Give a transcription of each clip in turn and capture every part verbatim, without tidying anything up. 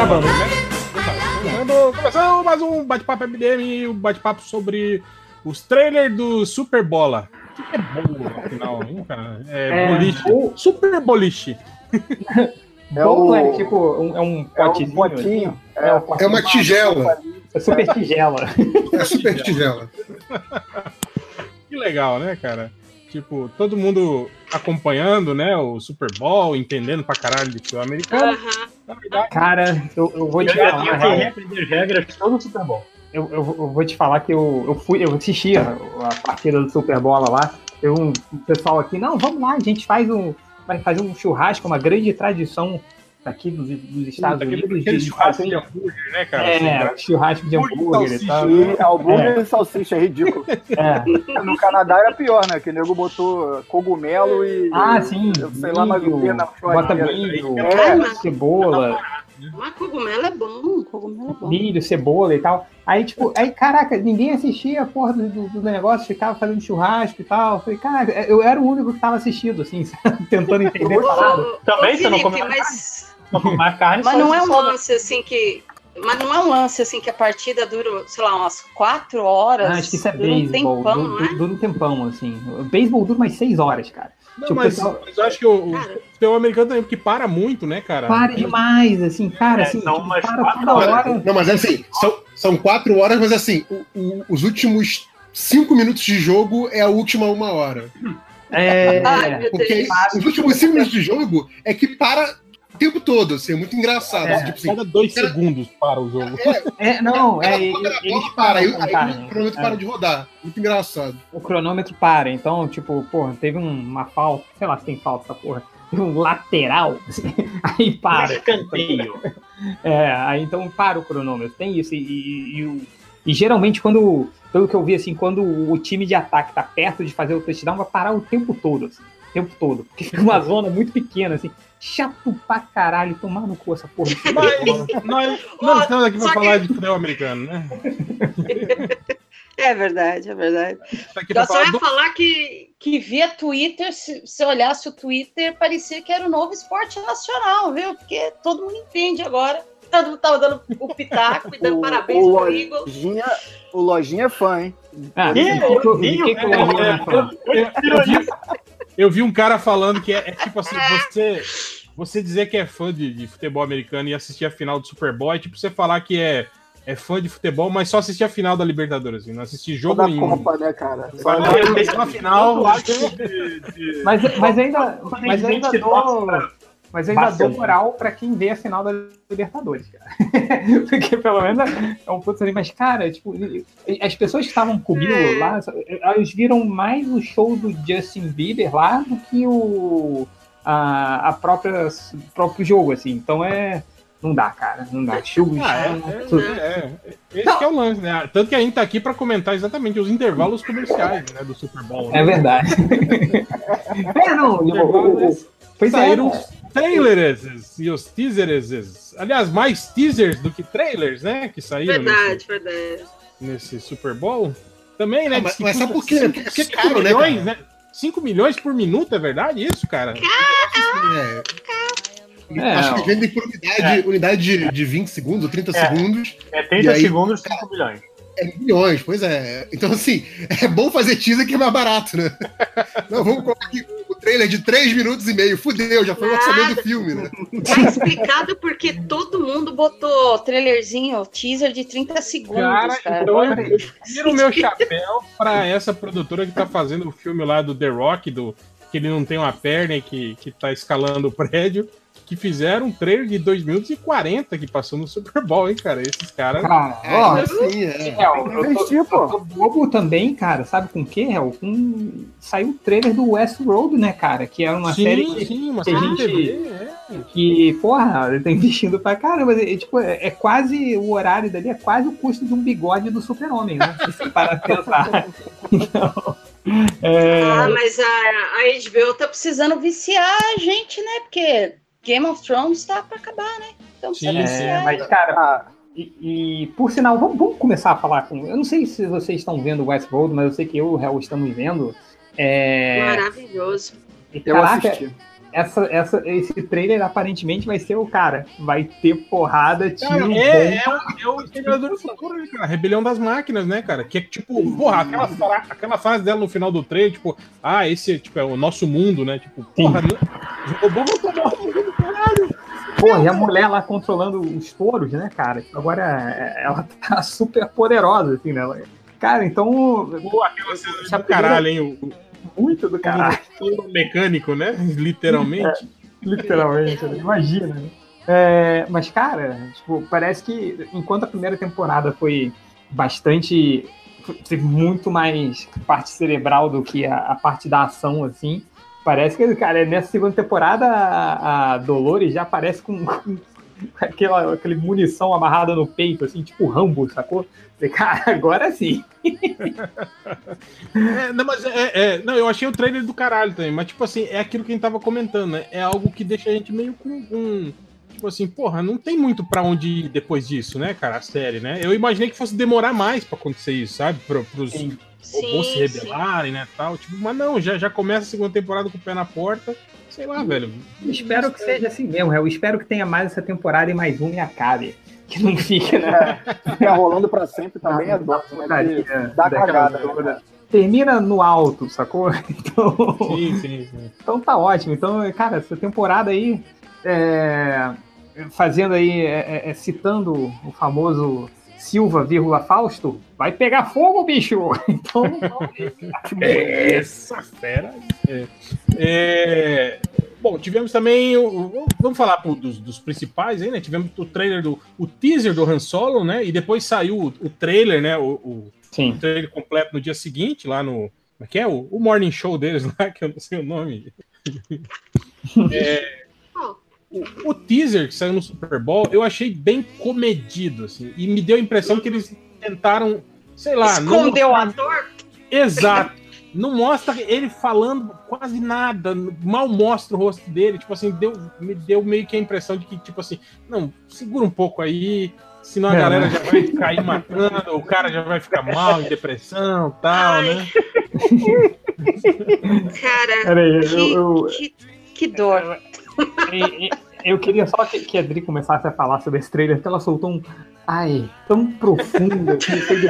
gravando, né? Começando, começando mais um bate-papo M D M, um bate-papo sobre os trailers do Super Bola. O que é bolo, afinal, hein, cara? É, é boliche. O... Super boliche. É bolo o... é tipo um, é um potezinho. É, um potinho, assim, é, é, é uma tigela. É super tigela. É super tigela. Que legal, né, cara? Tipo, todo mundo acompanhando, né, o Super Bowl, entendendo pra caralho de futebol americano. Uhum. Na verdade, cara, eu, eu vou te eu falar. Eu tenho que aprender as regras de todo o Super Bowl. Eu, eu, eu vou te falar que eu, eu fui, eu assisti a, a partida do Super Bowl lá. Tem um, um pessoal aqui, não, vamos lá, a gente faz um, vai fazer um churrasco, uma grande tradição aqui dos, dos Estados Sim, Unidos. De, de churrasco de hambúrguer, né, cara? É, assim, churrasco de hambúrguer e tal. E hambúrguer é. e salsicha, é ridículo. É. No Canadá era pior, né? Que o nego botou cogumelo e... Ah, sim. Eu sei lá, mais o que na bota milho, é. cebola... Mas cogumelo é bom, cogumelo é bom. Milho, cebola e tal. Aí, tipo, aí, caraca, ninguém assistia a porra do, do, do negócio, ficava fazendo churrasco e tal. Eu falei, cara, eu era o único que tava assistindo, assim, tentando entender. Ô, também, ô, você não comeu mas... carne. carne mas não é um lance, assim, que... Mas não é um lance, assim, que a partida dura, sei lá, umas quatro horas. Ah, acho que isso é beisebol. Dura, um dura, dura um tempão, assim. O beisebol dura umas seis horas, cara. Não, tipo, mas, pessoal... mas eu acho que o, o futebol americano também, porque para muito, né, cara? Para demais, assim, cara, assim, é, não, tipo, mas para toda hora. Não, mas assim, são, são quatro horas, mas assim, o, o, os últimos cinco minutos de jogo é a última uma hora. É, Ai, porque os últimos cinco minutos de jogo é que para o tempo todo, assim, é muito engraçado. É, assim, tipo assim, cada dois cara... segundos para o jogo. É, é não, é, eles para, aí, aí o cronômetro é. para de rodar. Muito engraçado. O cronômetro para, então, tipo, porra, teve um, uma falta, sei lá se tem falta essa porra, teve um lateral, assim, aí para. Um escanteio. É, aí então para o cronômetro, tem isso, e, e, e, e, e geralmente quando, pelo que eu vi, assim, quando o time de ataque tá perto de fazer o touchdown, vai parar o tempo todo, assim, o tempo todo, porque fica uma zona muito pequena, assim, chato pra caralho, tomar no cu essa porra. Mas nós não estamos aqui pra falar de futebol americano, né? É verdade, é verdade. Eu só ia do... falar que, que via Twitter, se você olhasse o Twitter, parecia que era o novo esporte nacional, viu? Porque todo mundo entende agora. Todo mundo tava dando o pitaco e dando o, parabéns o pro Igor. Lojinha, o Lojinha é fã, hein? Ah, eu vi um cara falando que é, é tipo assim, você, você dizer que é fã de, de futebol americano e assistir a final do Super Bowl é tipo você falar que é, é fã de futebol, mas só assistir a final da Libertadores, assim, não assistir jogo da nenhum. Copa, né, cara? Só a final. De, de... Mas, mas ainda, mas ainda dou, mas ainda dou moral pra quem vê a final da Libertadores, cara. Porque pelo menos é um ponto assim, mas cara, tipo, as pessoas que estavam comigo lá, elas viram mais o show do Justin Bieber lá do que o a, a própria o próprio jogo, assim. Então é não dá, cara, não dá. Chuva, ah, é, é, é, é. Esse que é o lance, né? Tanto que a gente tá aqui pra comentar exatamente os intervalos comerciais, né, do Super Bowl. Né? É verdade. é, não, o, o, pois saíram é, os trailers e os teasers. Aliás, mais teasers do que trailers, né? Que saíram. Verdade, nesse, verdade. Nesse Super Bowl. Também, né? Ah, mas, mas sabe por quê? Porque, porque é caro, milhões, né, né? cinco milhões por minuto, é verdade isso, cara? É. É, acho que eles vendem por unidade, é. unidade de, de vinte segundos, trinta é. segundos. É trinta aí, segundos, cinco milhões. É milhões, pois é. Então, assim, é bom fazer teaser que é mais barato, né? Não, vamos colocar aqui o trailer de três minutos e meio. Fudeu, já foi o orçamento do filme, né? Tá explicado porque todo mundo botou trailerzinho, teaser de trinta segundos, cara. cara. Então eu tiro o meu chapéu pra essa produtora que tá fazendo o filme lá do The Rock, do, que ele não tem uma perna e que, que tá escalando o prédio. Que fizeram um trailer de dois minutos e quarenta que passou no Super Bowl, hein, cara? Esses caras. Cara, ó, é, sim, é. é, eu, eu, tô, eu tô bobo também, cara. Sabe com o quê, Hel? Com... Saiu o trailer do Westworld, né, cara? Que era uma sim, série que, sim, uma que a gente. T V, é. Que, porra, ele tá investindo pra caramba. É, tipo, é, é quase o horário dali, é quase o custo de um bigode do Super-Homem, né? Se você parar pra pensar. Então. É... Ah, mas a, a H B O tá precisando viciar a gente, né? Porque Game of Thrones tá pra acabar, né? Então precisa Sim, viciar. É, mas, cara, e, e por sinal, vamos, vamos começar a falar com... Eu não sei se vocês estão vendo o Westworld, mas eu sei que eu e o Hel estamos vendo. É... Maravilhoso. E, caraca, essa, essa, esse trailer aparentemente vai ser o cara. Vai ter porrada, tiro, cara, é, é, o, é o Exterminador do Futuro, né, cara? Rebelião das Máquinas, né, cara? Que é tipo, porra, aquela, aquela fase dela no final do trailer, tipo, ah, esse tipo, é o nosso mundo, né? Tipo, porra, os robôs vão tomar o mundo, caralho. Pô, e a mulher lá controlando os touros, né, cara? Agora ela tá super poderosa, assim, né? Cara, então. Pô, aquela cena do caralho, hein? O, muito do caralho. O mecânico, né? Literalmente. É, literalmente, imagina. Né? É, mas, cara, tipo, parece que enquanto a primeira temporada foi bastante. Teve muito mais parte cerebral do que a, a parte da ação, assim. Parece que, cara, nessa segunda temporada a, a Dolores já aparece com, com aquela, aquele munição amarrada no peito, assim, tipo Rambo, sacou? Cara, agora sim. É, não, mas é, é, não, eu achei o trailer do caralho também, mas tipo assim, é aquilo que a gente tava comentando, né? É algo que deixa a gente meio com um. Tipo assim, porra, não tem muito pra onde ir depois disso, né, cara? A série, né? Eu imaginei que fosse demorar mais pra acontecer isso, sabe? Pra, pros sim. robôs se rebelarem, né? Tal, tipo, mas não, já, já começa a segunda temporada com o pé na porta. Sei lá, velho. Espero que seja assim mesmo. Eu espero que tenha mais essa temporada e mais um e acabe. Que não fique, né? Fica rolando pra sempre também é dó, né? Dá cagada. Né? Termina no alto, sacou? Então, sim, sim, sim. Então tá ótimo. Então, cara, essa temporada aí, é, fazendo aí, é, é, citando o famoso Silva, vírgula, Fausto, vai pegar fogo, bicho! Então, essa fera. É, é... Bom, tivemos também, o, vamos falar pô, dos, dos principais aí, né? Tivemos o trailer do, o teaser do Han Solo, né? E depois saiu o, o trailer, né? O, o, Sim. o trailer completo no dia seguinte, lá no, como é que é? O, o morning show deles lá, que eu não sei o nome. É, o, o teaser que saiu no Super Bowl, eu achei bem comedido, assim, e me deu a impressão que eles tentaram, sei lá... Escondeu não... o ator? Exato. Não mostra ele falando quase nada, mal mostra o rosto dele, tipo assim, deu, me deu meio que a impressão de que, tipo assim, não, segura um pouco aí, senão a é, galera né? já vai cair matando, o cara já vai ficar mal, em depressão e tal, Ai. né? Cara, aí, que, eu, eu, que, que dor. Eu, eu queria só que, que a Adri começasse a falar sobre esse trailer, porque ela soltou um ai, tão profundo, assim, de,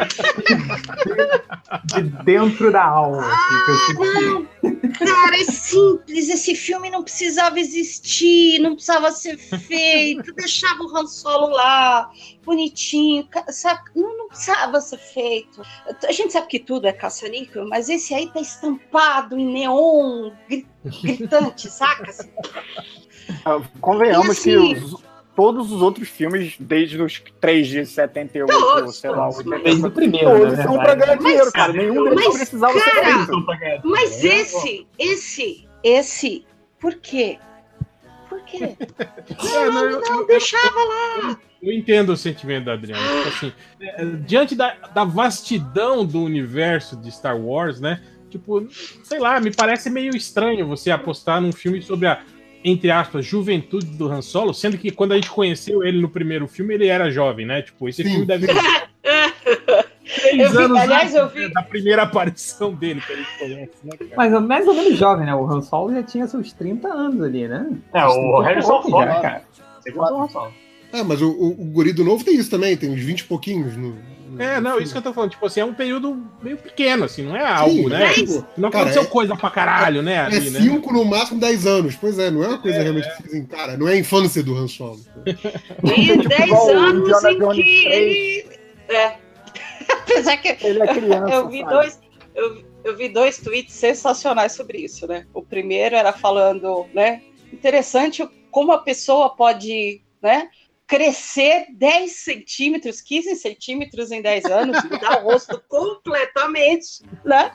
de dentro da alma. Assim, ah, não. Cara, é simples, esse filme não precisava existir, não precisava ser feito, deixava o Han Solo lá, bonitinho, sabe? Não, não precisava ser feito. A gente sabe que tudo é caça-níquel, mas esse aí tá estampado em neon, gritante, saca? Assim. Convenhamos assim, que os, todos os outros filmes, desde os três de setenta e oito, todos, sei lá, todos, desde o primeiro, todos né, são pra ganhar dinheiro, cara. Nenhum deles mas, precisava cara, ser feito. Mas esse, esse, esse, por quê? Por quê? Não, é, não, eu, não eu, deixava eu, lá. Eu, eu entendo o sentimento da Adriana. Tipo assim, é, diante da, da vastidão do universo de Star Wars, né? Tipo, sei lá, me parece meio estranho você apostar num filme sobre a, entre aspas, juventude do Han Solo, sendo que quando a gente conheceu ele no primeiro filme, ele era jovem, né? Tipo, esse Sim. filme deve três eu vi, anos aliás, eu vi... da primeira aparição dele que a gente conhece, né, cara? Mas mais ou menos jovem, né? O Han Solo já tinha seus trinta anos ali, né? É, o Harrison Ford, né, cara? Segundo o Han Solo. É, mas o, o, o guri do novo tem isso também, tem uns vinte e pouquinhos no... É, não, isso que eu tô falando, tipo assim, é um período meio pequeno, assim, não é algo, Sim, né? Tipo, não cara, aconteceu é, coisa pra caralho, né? É ali, cinco, né? no máximo dez anos. Pois é, não é uma coisa é, realmente é. assim, cara, não é a infância do Han Solo. E dez anos em que ele... É. Apesar que ele é criança, eu vi dois, eu, eu vi dois tweets sensacionais sobre isso, né? O primeiro era falando, né? Interessante como a pessoa pode, né? Crescer dez centímetros, quinze centímetros em dez anos, mudar o rosto completamente, né?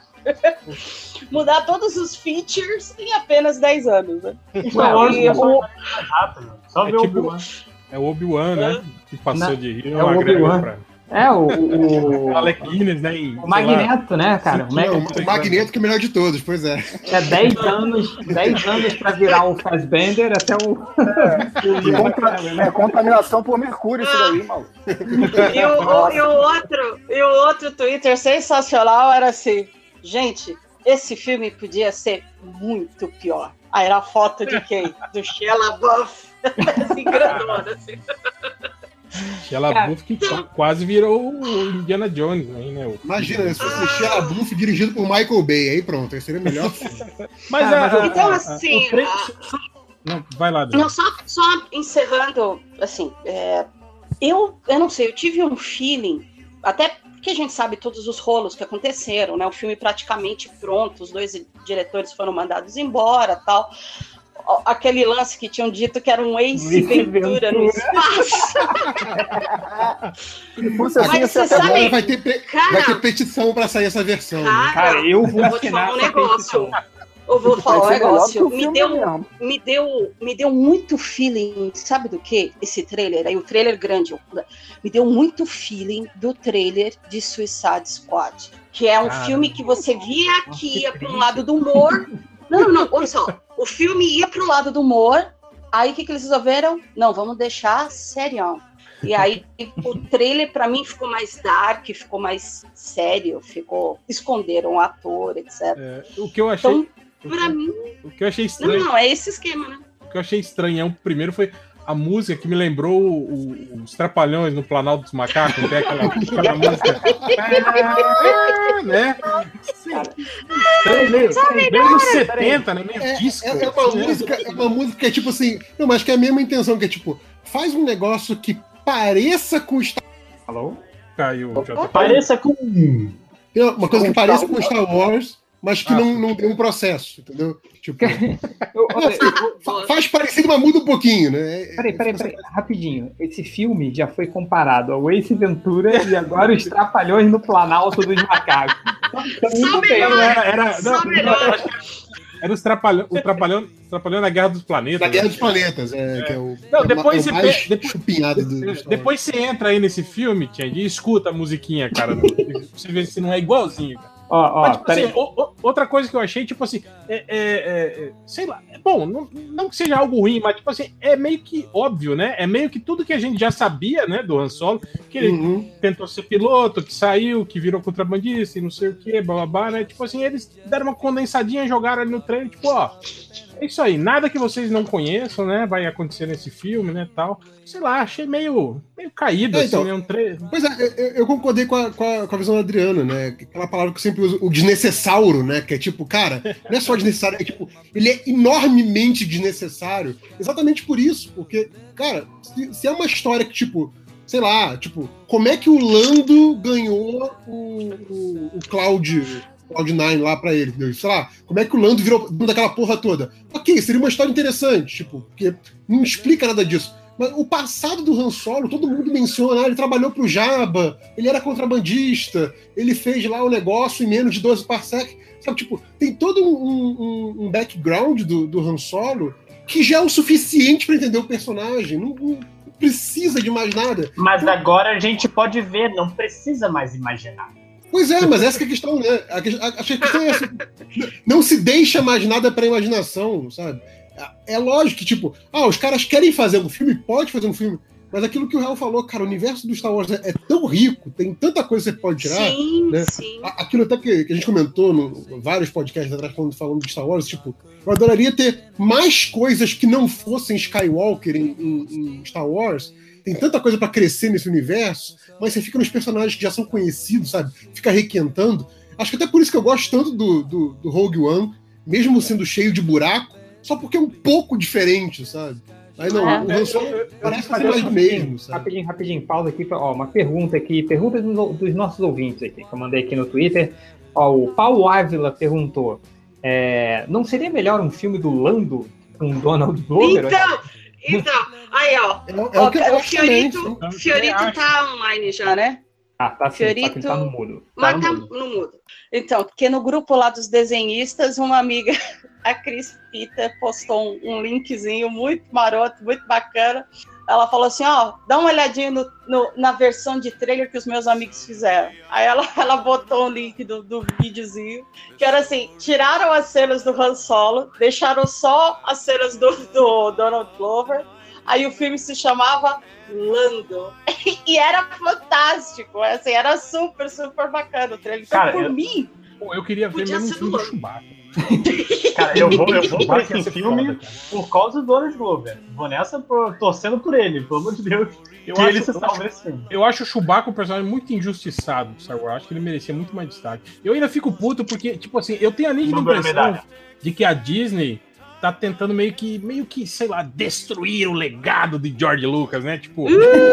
Mudar todos os features em apenas dez anos, né? Ué, e, o... Só é, tipo, é o Obi-Wan, né? Que passou Na... de rir. É o Obi-Wan. Pra... É, o... o... Alec Guinness, né? Em, o Magneto, lá, né, cara? O, Mag... o Magneto que é o melhor de todos, pois é. É dez anos, dez anos pra virar o Fassbender até o... É, contra... é contaminação por mercúrio isso daí, maluco. E o, o, e, o outro, e o outro Twitter sensacional era assim, gente, esse filme podia ser muito pior. Aí era a foto de quem? Do Shia LaBeouf, assim, grandona, assim. Shia LaBeouf que quase virou o Indiana Jones, né? Imagina, se fosse ah. Shia LaBeouf dirigido por Michael Bay, aí pronto, aí seria melhor. Mas, ah, a, a, então, assim... a, a, não, vai lá, não, só, só encerrando, assim, é, eu, eu não sei, eu tive um feeling, até porque a gente sabe todos os rolos que aconteceram, né? O filme praticamente pronto, os dois diretores foram mandados embora, tal. Aquele lance que tinham dito que era um Ace Ventura no espaço. Mas você sabe, vai ter, pe... cara, vai ter petição para sair essa versão. Cara, né? Cara eu vou, eu vou te falar um negócio. Eu vou falar um negócio. Me deu, me, deu, me deu muito feeling, sabe do que? Esse trailer, aí o trailer grande, me deu muito feeling do trailer de Suicide Squad. Que é um cara, filme que você via que ia para um lado do humor. Não, não, olha só. O filme ia pro lado do humor, aí o que, que eles resolveram? Não, vamos deixar serião. E aí o trailer pra mim ficou mais dark, ficou mais sério, ficou... esconderam o ator, etcétera. É, o que eu achei... Então, pra o, mim... O que eu achei estranho... Não, não, é esse esquema, né? O que eu achei estranho, o primeiro foi a música que me lembrou o, o, os Trapalhões no Planalto dos Macacos, tem aquela, aquela música... Ah, né? Bem nos setenta, né? Meio é, disco. É, é, uma música, é uma música que é tipo assim... Não, mas que é a mesma intenção, que é tipo... Faz um negócio que pareça com... Star... Alô? Caiu. Opa, pareça com... Uma coisa que pareça com Star Wars... mas que ah, não, não deu um processo, entendeu? Tipo, eu, eu, faz parecido, mas muda um pouquinho, né? Peraí, peraí, peraí, rapidinho. Esse filme já foi comparado ao Ace Ventura e agora os Trapalhões no Planalto dos Macacos. Só melhor, era, era, só não, melhor. Era os Trapalhões, o Trapalhão, Trapalhão na Guerra dos Planetas. Na Guerra dos Planetas, é, é. Que é o, não, depois é o você mais depois, chupinhado do, do depois você entra aí nesse filme, Tianji, e escuta a musiquinha, cara. Você vê se não é igualzinho, cara. Ó, ó, mas, tipo, assim, o, o, outra coisa que eu achei, tipo assim, é, é, é, sei lá, é bom, não, não que seja algo ruim, mas tipo assim, é meio que óbvio, né? É meio que tudo que a gente já sabia, né, do Han Solo, que ele uhum. tentou ser piloto, que saiu, que virou contrabandista e não sei o que, bababá, né? Tipo assim, eles deram uma condensadinha, jogaram ali no trailer, tipo, ó, é isso aí, nada que vocês não conheçam, né, vai acontecer nesse filme, né, tal. Sei lá, achei meio, meio caído, é, então, assim, né, um trailer. Pois é, eu, eu concordei com a, com, a, com a visão do Adriano, né, aquela palavra que eu sempre uso, o desnecessauro, né, que é tipo, cara, não é só desnecessário, é tipo, ele é enormemente desnecessário, exatamente por isso, porque, cara, se, se é uma história que, tipo, sei lá, tipo, como é que o Lando ganhou o, o, o Cloud... Cloud nine lá pra ele, entendeu? Sei lá, como é que o Lando virou daquela porra toda? Ok, seria uma história interessante, tipo, porque não explica nada disso. Mas o passado do Han Solo, todo mundo menciona, ah, ele trabalhou pro Jabba, ele era contrabandista, ele fez lá o negócio em menos de doze parsec, sabe, tipo, tem todo um, um, um background do, do Han Solo que já é o suficiente pra entender o personagem, não, não precisa de mais nada. Mas agora a gente pode ver, não precisa mais imaginar. Pois é, mas essa que é a questão, né? A questão é essa. Não se deixa mais nada pra imaginação, sabe? É lógico que, tipo, ah, os caras querem fazer um filme, pode fazer um filme, mas aquilo que o Real falou, cara, o universo do Star Wars é, é tão rico, tem tanta coisa que você pode tirar. Sim, né? sim. Aquilo até que, que a gente comentou no vários podcasts atrás falando, falando de Star Wars, tipo, eu adoraria ter mais coisas que não fossem Skywalker em, em, em Star Wars. Tem tanta coisa pra crescer nesse universo, mas você fica nos personagens que já são conhecidos, sabe? Fica requentando. Acho que até por isso que eu gosto tanto do, do, do Rogue One, mesmo sendo cheio de buraco, só porque é um pouco diferente, sabe? Aí não, é, o Han Solo parece fazer mais do mesmo, sabe? Rapidinho, rapidinho, pausa aqui. Ó, uma pergunta aqui, pergunta dos, dos nossos ouvintes aqui, que eu mandei aqui no Twitter. Ó, o Paulo Ávila perguntou, é, não seria melhor um filme do Lando com Donald Glover? Então... Então, aí, ó. É, é o, que o Fiorito, também, Fiorito tá online já, né? Ah, tá sim, Fiorito, tá no mudo. Tá mas no, tá no mudo. Então, porque no grupo lá dos desenhistas, uma amiga, a Cris Peter, postou um, um linkzinho muito maroto, muito bacana. Ela falou assim, ó, dá uma olhadinha no, no, na versão de trailer que os meus amigos fizeram. Aí ela, ela botou o link do, do videozinho, que era assim, tiraram as cenas do Han Solo, deixaram só as cenas do, do Donald Glover, aí o filme se chamava Lando. E era fantástico, assim, era super, super bacana o trailer. Então, cara, por eu... mim, Pô, eu queria ver mesmo um filme do Chewbacca. Cara, eu vou, eu vou pra esse filme foda, por causa do Donald Glover. Vou nessa por, torcendo por ele, pelo amor de Deus. Eu que acho, ele se salve nesse filme. Eu acho o Chewbacca um personagem muito injustiçado do Star Wars. Acho que ele merecia muito mais destaque. Eu ainda fico puto porque, tipo assim, eu tenho a nítida impressão de que a Disney tá tentando meio que, meio que, sei lá, destruir o legado de George Lucas, né? Tipo,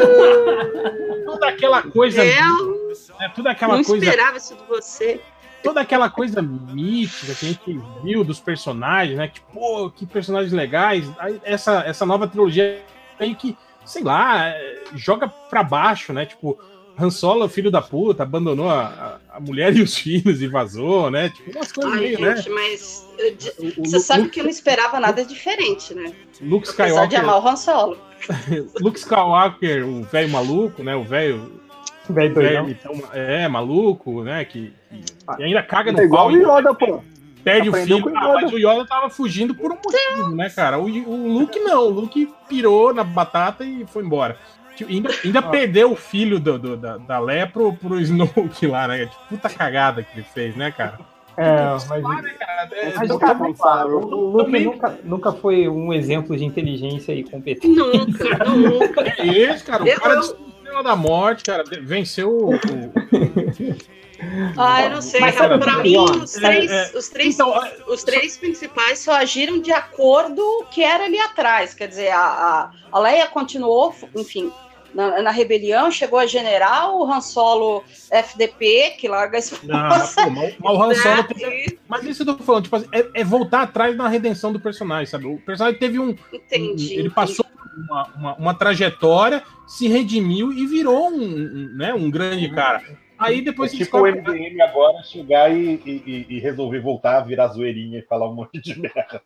toda aquela coisa... Eu né? Toda aquela não coisa... esperava isso de você. Toda aquela coisa mítica que a gente viu dos personagens, né? Tipo, pô, que personagens legais. Aí, essa, essa nova trilogia meio que, sei lá, joga pra baixo, né? Tipo, Han Solo, filho da puta, abandonou a, a mulher e os filhos e vazou, né? Tipo, umas coisas Ai, meio, gente, né? mas eu, você sabe Luke, que eu não esperava nada diferente, né? Luke Apesar Skywalker. de amar o Han Solo. Luke Skywalker, o velho maluco, né? O velho... Velho doidão. Então, é, maluco, né? Que, que ainda caga no É igual pau. o Yoda, pô. Perde Aprendeu o com filho. o Ah, Yoda. mas o Yoda tava fugindo por um motivo, né, cara? O, o Luke não. O Luke pirou na batata e foi embora. Tipo, ainda ainda perdeu o filho do, do, da, da Leia pro, pro Snoke lá, né? Tipo, puta cagada que ele fez, né, cara? É, mas, Lá, né, cara? É, mas tô- cara, claro. o Luke Também- nunca, nunca foi um exemplo de inteligência e competência. Nunca, nunca. é esse, cara. O Eu- cara eu- destruiu a Estrela da Morte, cara. Venceu o. o- Ah, eu não sei. Mas sabe Pra o que é mim, pior? os três, É, é, os, três, então, os três principais só agiram de acordo com o que era ali atrás. Quer dizer, a, a, a Leia continuou, enfim, na, na rebelião, chegou a general, o Han Solo F D P, que larga a esposa. Não, mas, pô, mas o Han Solo né? teve- Mas isso que eu tô falando, tipo, assim, é, é voltar atrás na redenção do personagem, sabe? O personagem teve um. Entendi. Ele passou por uma, uma, uma trajetória, se redimiu e virou um, um, né, um grande cara. Aí depois É se tipo o descobre- M D M agora chegar e, e, e resolver voltar a virar zoeirinha e falar um monte de merda.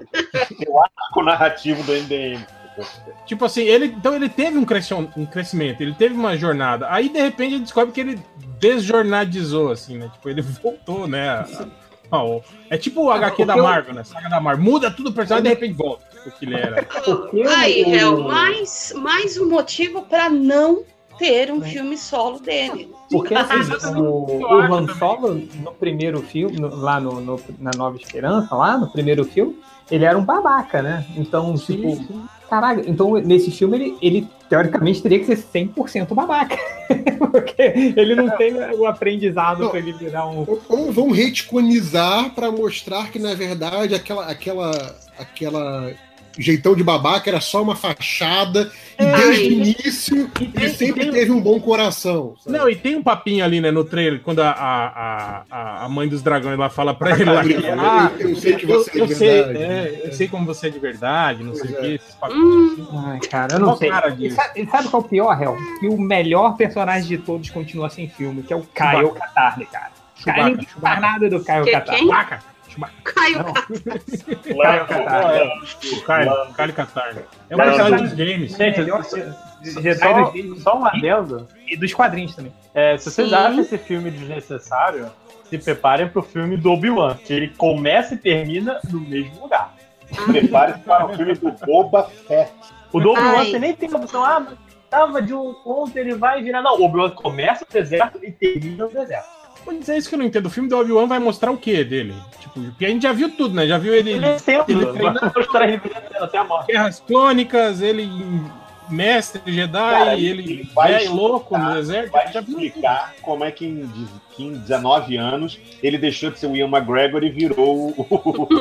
Eu acho que o narrativo do M D M. Tipo assim, ele, então ele teve um, cresci- um crescimento, ele teve uma jornada. Aí, de repente, a gente descobre que ele desjornadizou, assim, né? Tipo, ele voltou, né? a- a- ao- é tipo o H Q da Marvel, né? Saga da Marvel. Muda tudo o personagem e de repente volta o que ele era. Porque Aí, o- Hel, mais, mais um motivo para não ter um filme solo dele. Porque assim, Exatamente. o, o Han Solo, no primeiro filme, no- lá no, no- na Nova Esperança, lá no primeiro filme, ele era um babaca, né? Então, tipo, caralho, então nesse filme ele, ele teoricamente teria que ser cem por cento babaca. Porque ele não tem o aprendizado Não. pra ele virar um. Ou vão retconizar pra mostrar que, na verdade, aquela, aquela, aquela jeitão de babaca era só uma fachada e Ai. desde o início E tem- ele sempre tem- teve um bom coração. sabe? Não, e tem um papinho ali, né, no trailer, quando a, a, a, a mãe dos dragões lá fala pra ele lá que, Eu- ah, eu sei que eu, você é eu de sei, verdade. é, eu sei como você é de verdade, não sei o Pois que, é. esses papinhos. Hum, Ai, cara, eu não Qual sei. cara E disso? sabe, e sabe qual é o pior, Hel? Que o melhor personagem de todos continua sem filme, que é o Caio Katarni, cara. Cara, ninguém faz Chewbacca. nada do Caio Que- Katarni. quem? Chewbacca, Chewbacca. Caio Não. Catarni. Caio Katarni. O Caio, o Caio Katarni. É um Não, personagem não. dos games. Gente, Melhor só, Jedi só, dos games. só um adendo. E dos quadrinhos também. É, se vocês Sim. acham esse filme desnecessário, se preparem pro filme do Obi-Wan, que ele começa e termina no mesmo lugar. Prepare-se para o filme do Boba Fett. O do Obi-Wan Ai. você nem tem a opção, ah, mas tava de um ponto, ele vai virar. Não, o Obi-Wan começa no deserto e termina no deserto. Mas é isso que eu não entendo. O filme do Obi-Wan vai mostrar o quê dele? Tipo, porque a gente já viu tudo, né? Já viu ele Ele é sempre, ele vai treina- mostrar ele até a morte. Guerras Clônicas, ele em mestre Jedi, Cara, ele, ele vai velho louco no explicar, deserto. Vai Já viu tudo. explicar como é que em, de- que em dezenove anos ele deixou de ser o Ian McGregor e virou o.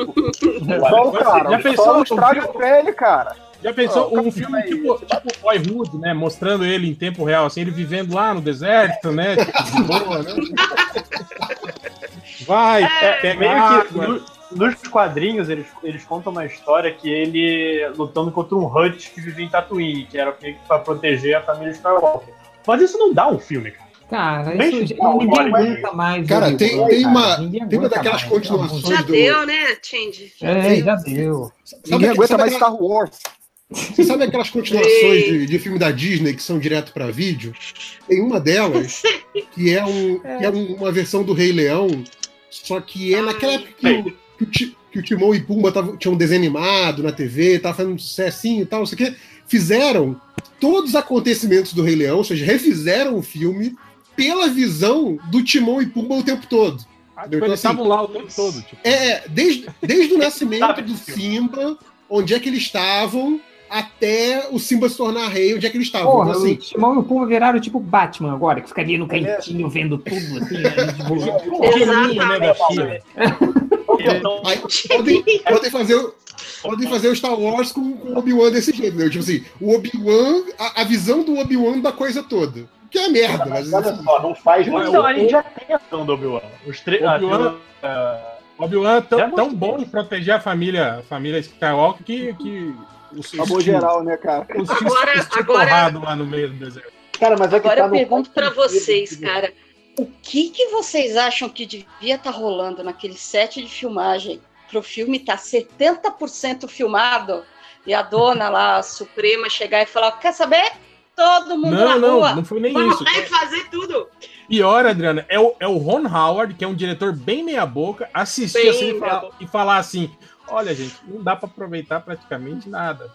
Só, cara, Já pensou só não no estraga filme? a pele, cara. Já pensou Oh, um filme tipo, tipo Boyhood, né? Mostrando ele em tempo real, assim, ele vivendo lá no deserto, né? Tipo, de boa, né? Vai, É, pega Meio que água. no- nos quadrinhos eles, eles contam uma história que ele lutando contra um Hutt que vivia em Tatooine, que era para proteger a família Skywalker. Mas isso não dá um filme, cara. Cara, Bem, isso não, ninguém olha, aguenta mais. Cara, Obi-Wan, tem- cara. tem uma- Ninguém tem uma aguenta daquelas mais, continuações Já do- deu, né, Tindy? É, já deu. Sabe, Ninguém aguenta sabe mais aquela- Star Wars. Você sabe aquelas continuações de, de filme da Disney que são direto pra vídeo? Tem uma delas que é, um, que é um- uma versão do Rei Leão, só que é naquela época que o, que o, Ti- que o Timão e Pumba tavam, tinham um desenho animado na T V, tava fazendo um sucessinho e tal, não sei o quê. Fizeram todos os acontecimentos do Rei Leão, ou seja, refizeram o filme pela visão do Timão e Pumba o tempo todo. Ah, tipo, eles estavam assim, lá o tempo todo. Tipo. É, desde, desde o nascimento do Simba, onde é que eles estavam, até o Simba se tornar rei, onde é que eles estavam. Porra, então, assim, o Timão e o Pumba viraram tipo Batman agora, que fica ali no cantinho é. vendo tudo, assim, né? Exatamente. Né, da China. Aí, podem, podem, fazer, podem fazer o Star Wars com, com o Obi-Wan desse jeito, né? Tipo assim, o Obi-Wan, a, a visão do Obi-Wan da coisa toda. Que é merda, mas... Olha só, não faz... Então, a gente já tem a visão do Obi-Wan. Os três... Obi-Wan uh, Obi-Wan é tão, tão bom em proteger a família, a família Skywalker que... que o amor geral, né, cara? Os agora, agora... lá no meio do deserto. Cara, mas é que agora tá eu pergunto pra vocês, cara. O que, que vocês acham que devia estar tá rolando naquele set de filmagem pro filme estar tá setenta por cento filmado e a dona lá, a Suprema, chegar e falar, quer saber? Todo mundo não, na não, rua. Não, não foi nem Vamos isso. lá e fazer tudo. Pior, Adriana, é o, é o Ron Howard, que é um diretor bem meia boca, assistir bem assim e falar, e falar assim, olha, gente, não dá pra aproveitar praticamente nada.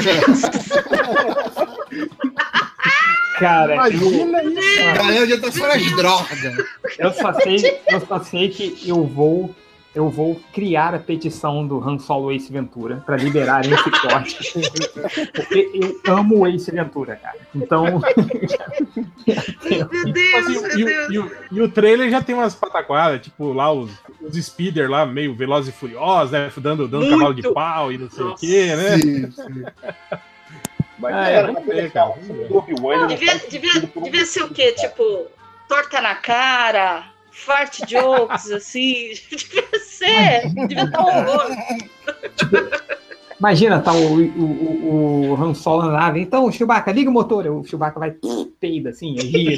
Cara, imagina eu... isso. A galera já tá fora as drogas. Eu só sei, eu só sei que eu vou, eu vou criar a petição do Han Solo Ace Ventura pra liberarem esse corte. Porque eu amo o Ace Ventura, cara. Então. Meu Deus, assim, meu e, Deus. E, o, e o trailer já tem umas pataquadas, tipo lá os, os speeder lá, meio velozes e furiosos, né? Dando, dando cavalo de pau e não sei Nossa. o quê, né? Sim, sim. Mas, ah, é, vamos ver, cara. Devia, devia, devia ser o quê? Tipo, torta na cara, fart jokes, assim. Devia ser. Devia estar um horror. Imagina, tá o, o, o, o Han Solo na nave. Então, Chewbacca, liga o motor. O Chewbacca vai peida assim, rir.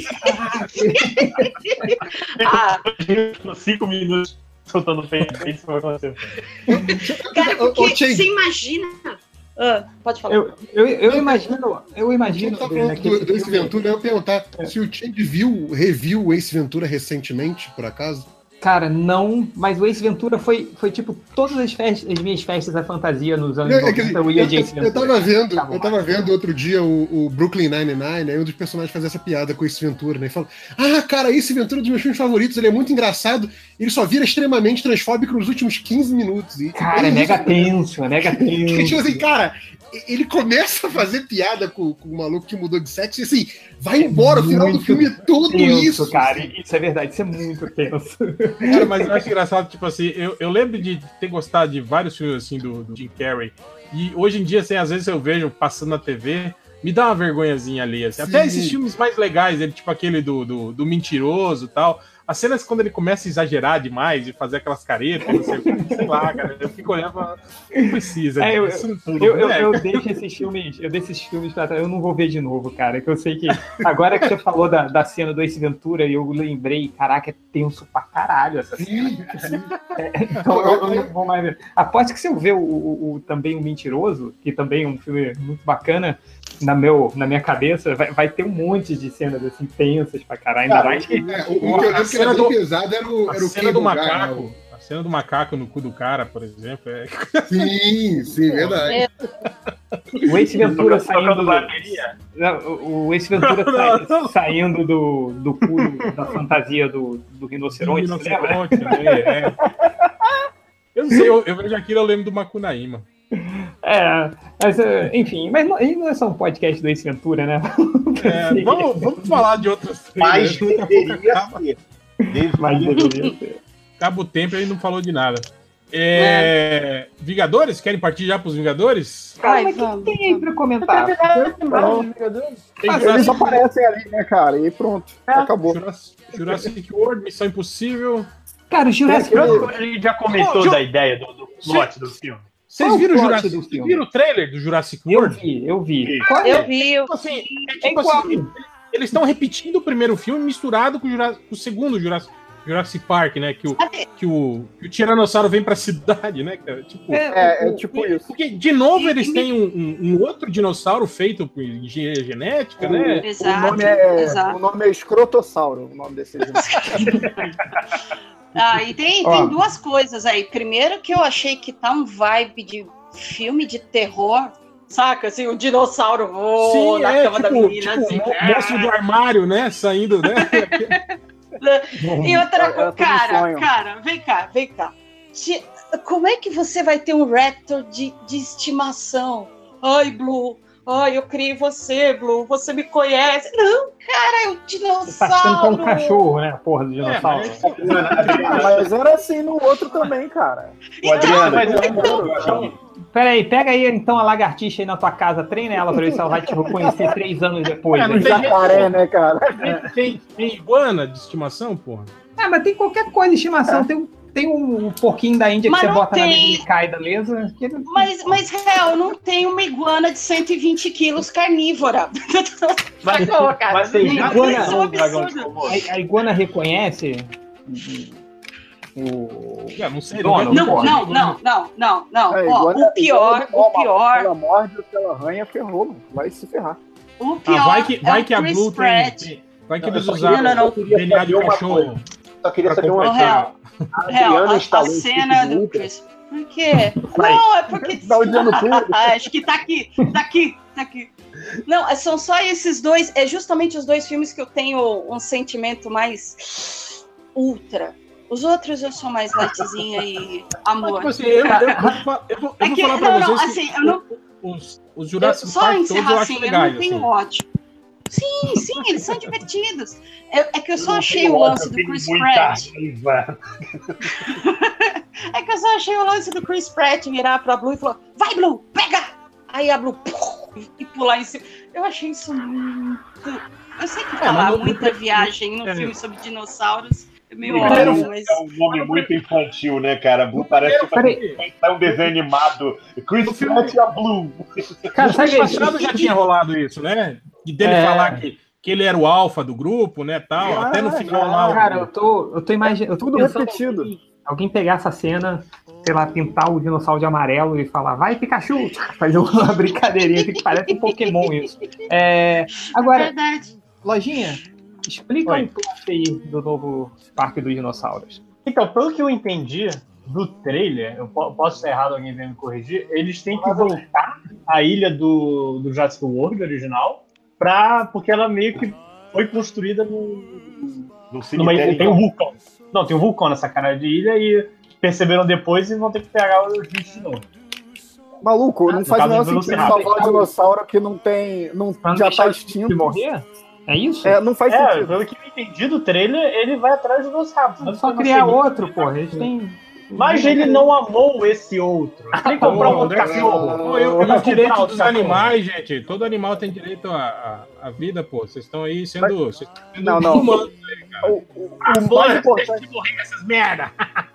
Ah, cinco minutos soltando peito. Isso vai acontecer. Cara, porque você imagina. Ah, pode falar. Eu, eu, eu imagino, eu imagino. Tá falando do, do Ace Ventura, eu ia perguntar é. se o Chang viu, reviu o Ace Ventura recentemente, por acaso? Cara, não, mas o Ace Ventura foi, foi tipo todas as, festas, as minhas festas da fantasia nos anos é, noventa, eu ia de Ace Ventura. Eu tava vendo, tá eu tava vendo outro dia o, o Brooklyn Nine-Nine, aí um dos personagens fazia essa piada com o Ace Ventura, né? E fala, ah, cara, Ace Ventura é um dos meus filmes favoritos, ele é muito engraçado, ele só vira extremamente transfóbico nos últimos quinze minutos. E, cara, é, é mega tenso, é mega tenso. Tipo assim, cara, ele começa a fazer piada com, com o maluco que mudou de sexo e assim, vai é embora, o final do filme é tudo tenso, isso. Cara, assim. Isso é verdade, isso é muito tenso. Cara, mas eu acho engraçado, tipo assim, eu, eu lembro de ter gostado de vários filmes assim do, do Jim Carrey, e hoje em dia, assim, às vezes eu vejo passando na T V, me dá uma vergonhazinha ali, assim. Até esses filmes mais legais, ele, tipo aquele do, do, do Mentiroso e tal. As cenas quando ele começa a exagerar demais e fazer aquelas caretas, não sei, sei lá, cara, eu fico olhando pra... Não precisa. É, eu, isso tudo, eu, eu, eu deixo esses filmes, eu deixo esses filmes pra trás, eu não vou ver de novo, cara, que eu sei que agora que você falou da, da cena do Ace Ventura, eu lembrei, caraca, é tenso pra caralho essa cena. É, então eu, eu não vou mais ver. Aposto que se eu ver o, o, o, também o Mentiroso, que também é um filme muito bacana, na, meu, na minha cabeça, vai, vai ter um monte de cenas assim, tensas pra caralho, ainda mais que... É, o, o que eu lembro que era bem pesado era o, a era o cena do macaco. Guy, a cena do macaco no cu do cara, por exemplo. É... Sim, sim, verdade. É. O Ace Ventura saindo do... Não, o Ace Ventura não, não. saindo do, do cu da fantasia do, do rinoceronte. Do rinoceronte, né? É. Eu não sei, eu, eu vejo aquilo, eu lembro do Macunaíma. É, mas, enfim, mas não, não é só um podcast do Ace Ventura, né? É, vamos, vamos falar de outros mas deveria ser. Mas deveria ser. Acaba o tempo e ele não falou de nada. É... É. Vingadores? Querem partir já pros Vingadores? Cara, mas o que tem aí pra comentar? Ah, eles aparecem ali, né, cara? E pronto, é. acabou. Jurassic, Jurassic World, Missão Impossível. Cara, o Jurassic World... A gente já comentou oh, da ideia do, do plot do filme. Vocês viram, Jurassic, Vocês viram o trailer do Jurassic World? Eu vi, eu vi. Qual eu vi. Eu... Tipo assim, é tipo assim, eles estão repetindo o primeiro filme misturado com o, Jurassic, com o segundo Jurassic, Jurassic Park, né? Que o, que, o, que o Tiranossauro vem pra cidade, né? Tipo, é, é tipo isso. Porque, de novo, eles têm um, um, um outro dinossauro feito por engenharia genética, o, né? Exato, o, nome é, exato. o nome é Escrotossauro, o nome desse Ah, e tem, tem duas coisas aí. Primeiro que eu achei que tá um vibe de filme de terror, saca? Assim, o dinossauro voa na é, cama tipo, da menina, tipo, assim. Monstro do armário, né? Saindo, né? E outra coisa, cara, cara, vem cá, vem cá. Como é que você vai ter um Raptor de, de estimação? Ai, Blue, ai, eu criei você, Blue, você me conhece. Não, cara, é um dinossauro. Você tá achando que é um cachorro, né? Porra do dinossauro. É, mas era assim no outro também, cara. Então, Adriano, mas então, Peraí, pega aí então a lagartixa aí na tua casa, treina ela pra ver se ela vai te reconhecer três anos depois. É, né? não tem Jacaré, né, cara? Tem, tem iguana de estimação, porra? Ah, mas tem qualquer coisa de estimação. É. Tem, um, tem um porquinho da Índia que mas você não bota tem. na mesa e cai da mesa. Que... Mas, mas, real, não tem uma iguana de cento e vinte quilos carnívora. Mas, Pô, cara, mas tem não, iguana, isso é um um dragão de absurdo. Komodo. A, a iguana reconhece o... Já, não sei. Dono, Não, porra. não, não, não, não, não. É, Ó, iguana- o pior, iguana é o normal, pior, Se ela morde ou se ela arranha, ferrou, mano. Vai se ferrar. o pior Ah, vai que, vai é que o a Chris Blue tem, Pratt. tem. Vai que Não, eles eu só usaram queria- não, não. queria D N A de saber uma cachorro. coisa. Só queria pra saber uma Não, coisa. real. A Real, Adriana a, instalou a um cena chip de do Ultra. Chris. Por quê? Não, é porque. Tá odiando tudo. Ah, acho que tá aqui, tá aqui, tá aqui. Não, é- são só esses dois. É justamente os dois filmes que eu tenho um sentimento mais ultra. Os outros eu sou mais lightzinha e amor. Tipo assim, eu, eu, eu, vou- eu vou, eu É vou que- falar pra não, não, vocês assim, que eu não- os, os Eu, Jurassic só Park todos eu encerrar acho assim, eu legais. não tenho Assim. ódio. Sim, sim, eles são divertidos. É, é que eu só não achei tenho o lance ódio, do eu tenho Chris muita Pratt. raiva. É que eu só achei o lance do Chris Pratt virar pra Blue e falar: vai, Blue, pega! Aí a Blue pum, e pular em cima. Eu achei isso muito. Eu sei que É, falar mas no- muita no- viagem no é. filme sobre dinossauros é meio Primeiro, óbvio, mas. É um nome muito infantil, né, cara? Blue parece que Peraí. vai estar um desenho animado. Chris No filme- Pratt e a Blue. Cara, No sabe filme que passado já tinha rolado isso, né? E dele É. falar que, que ele era o alfa do grupo, né, tal. Ah, até no final já. lá. o- Cara, eu tô, eu tô imaginando. Eu tô Tudo pensando repetido. Alguém, alguém pegar essa cena, sei lá, pintar o dinossauro de amarelo e falar, vai, Pikachu! Fazer uma brincadeirinha que parece um Pokémon isso. É, agora, Verdade. Lojinha, explica Oi. um plot aí do novo Parque dos Dinossauros. Então, pelo que eu entendi do trailer, eu po- posso ser errado, alguém vem me corrigir, eles têm que voltar à ilha do, do Jurassic World original, pra, porque ela meio que foi construída no, No numa cemitério. ilha. Tem um vulcão. Não, tem um vulcão nessa cara de ilha e perceberam depois e vão ter que pegar os bichos de novo. Maluco, não No faz o caso menor do sentido Velociraptor. salvar um dinossauro que não tem. Não, Pra não já deixar tá ele extinto. morrer? É isso? É, não faz É, sentido. pelo que eu entendi do trailer, ele vai atrás dos rápidos. É só criar outro, porra. Eles têm. Mas ele não amou esse outro. Tem que comprar um Pô, outro né? cachorro. Pô, eu, Vamos os direitos comprar dos outro cachorro. animais, gente. Todo animal tem direito à, à, à vida, pô. Vocês estão aí sendo, vocês estão sendo Não, não. humanos. O, o- o mais importante. morrer com essas merda.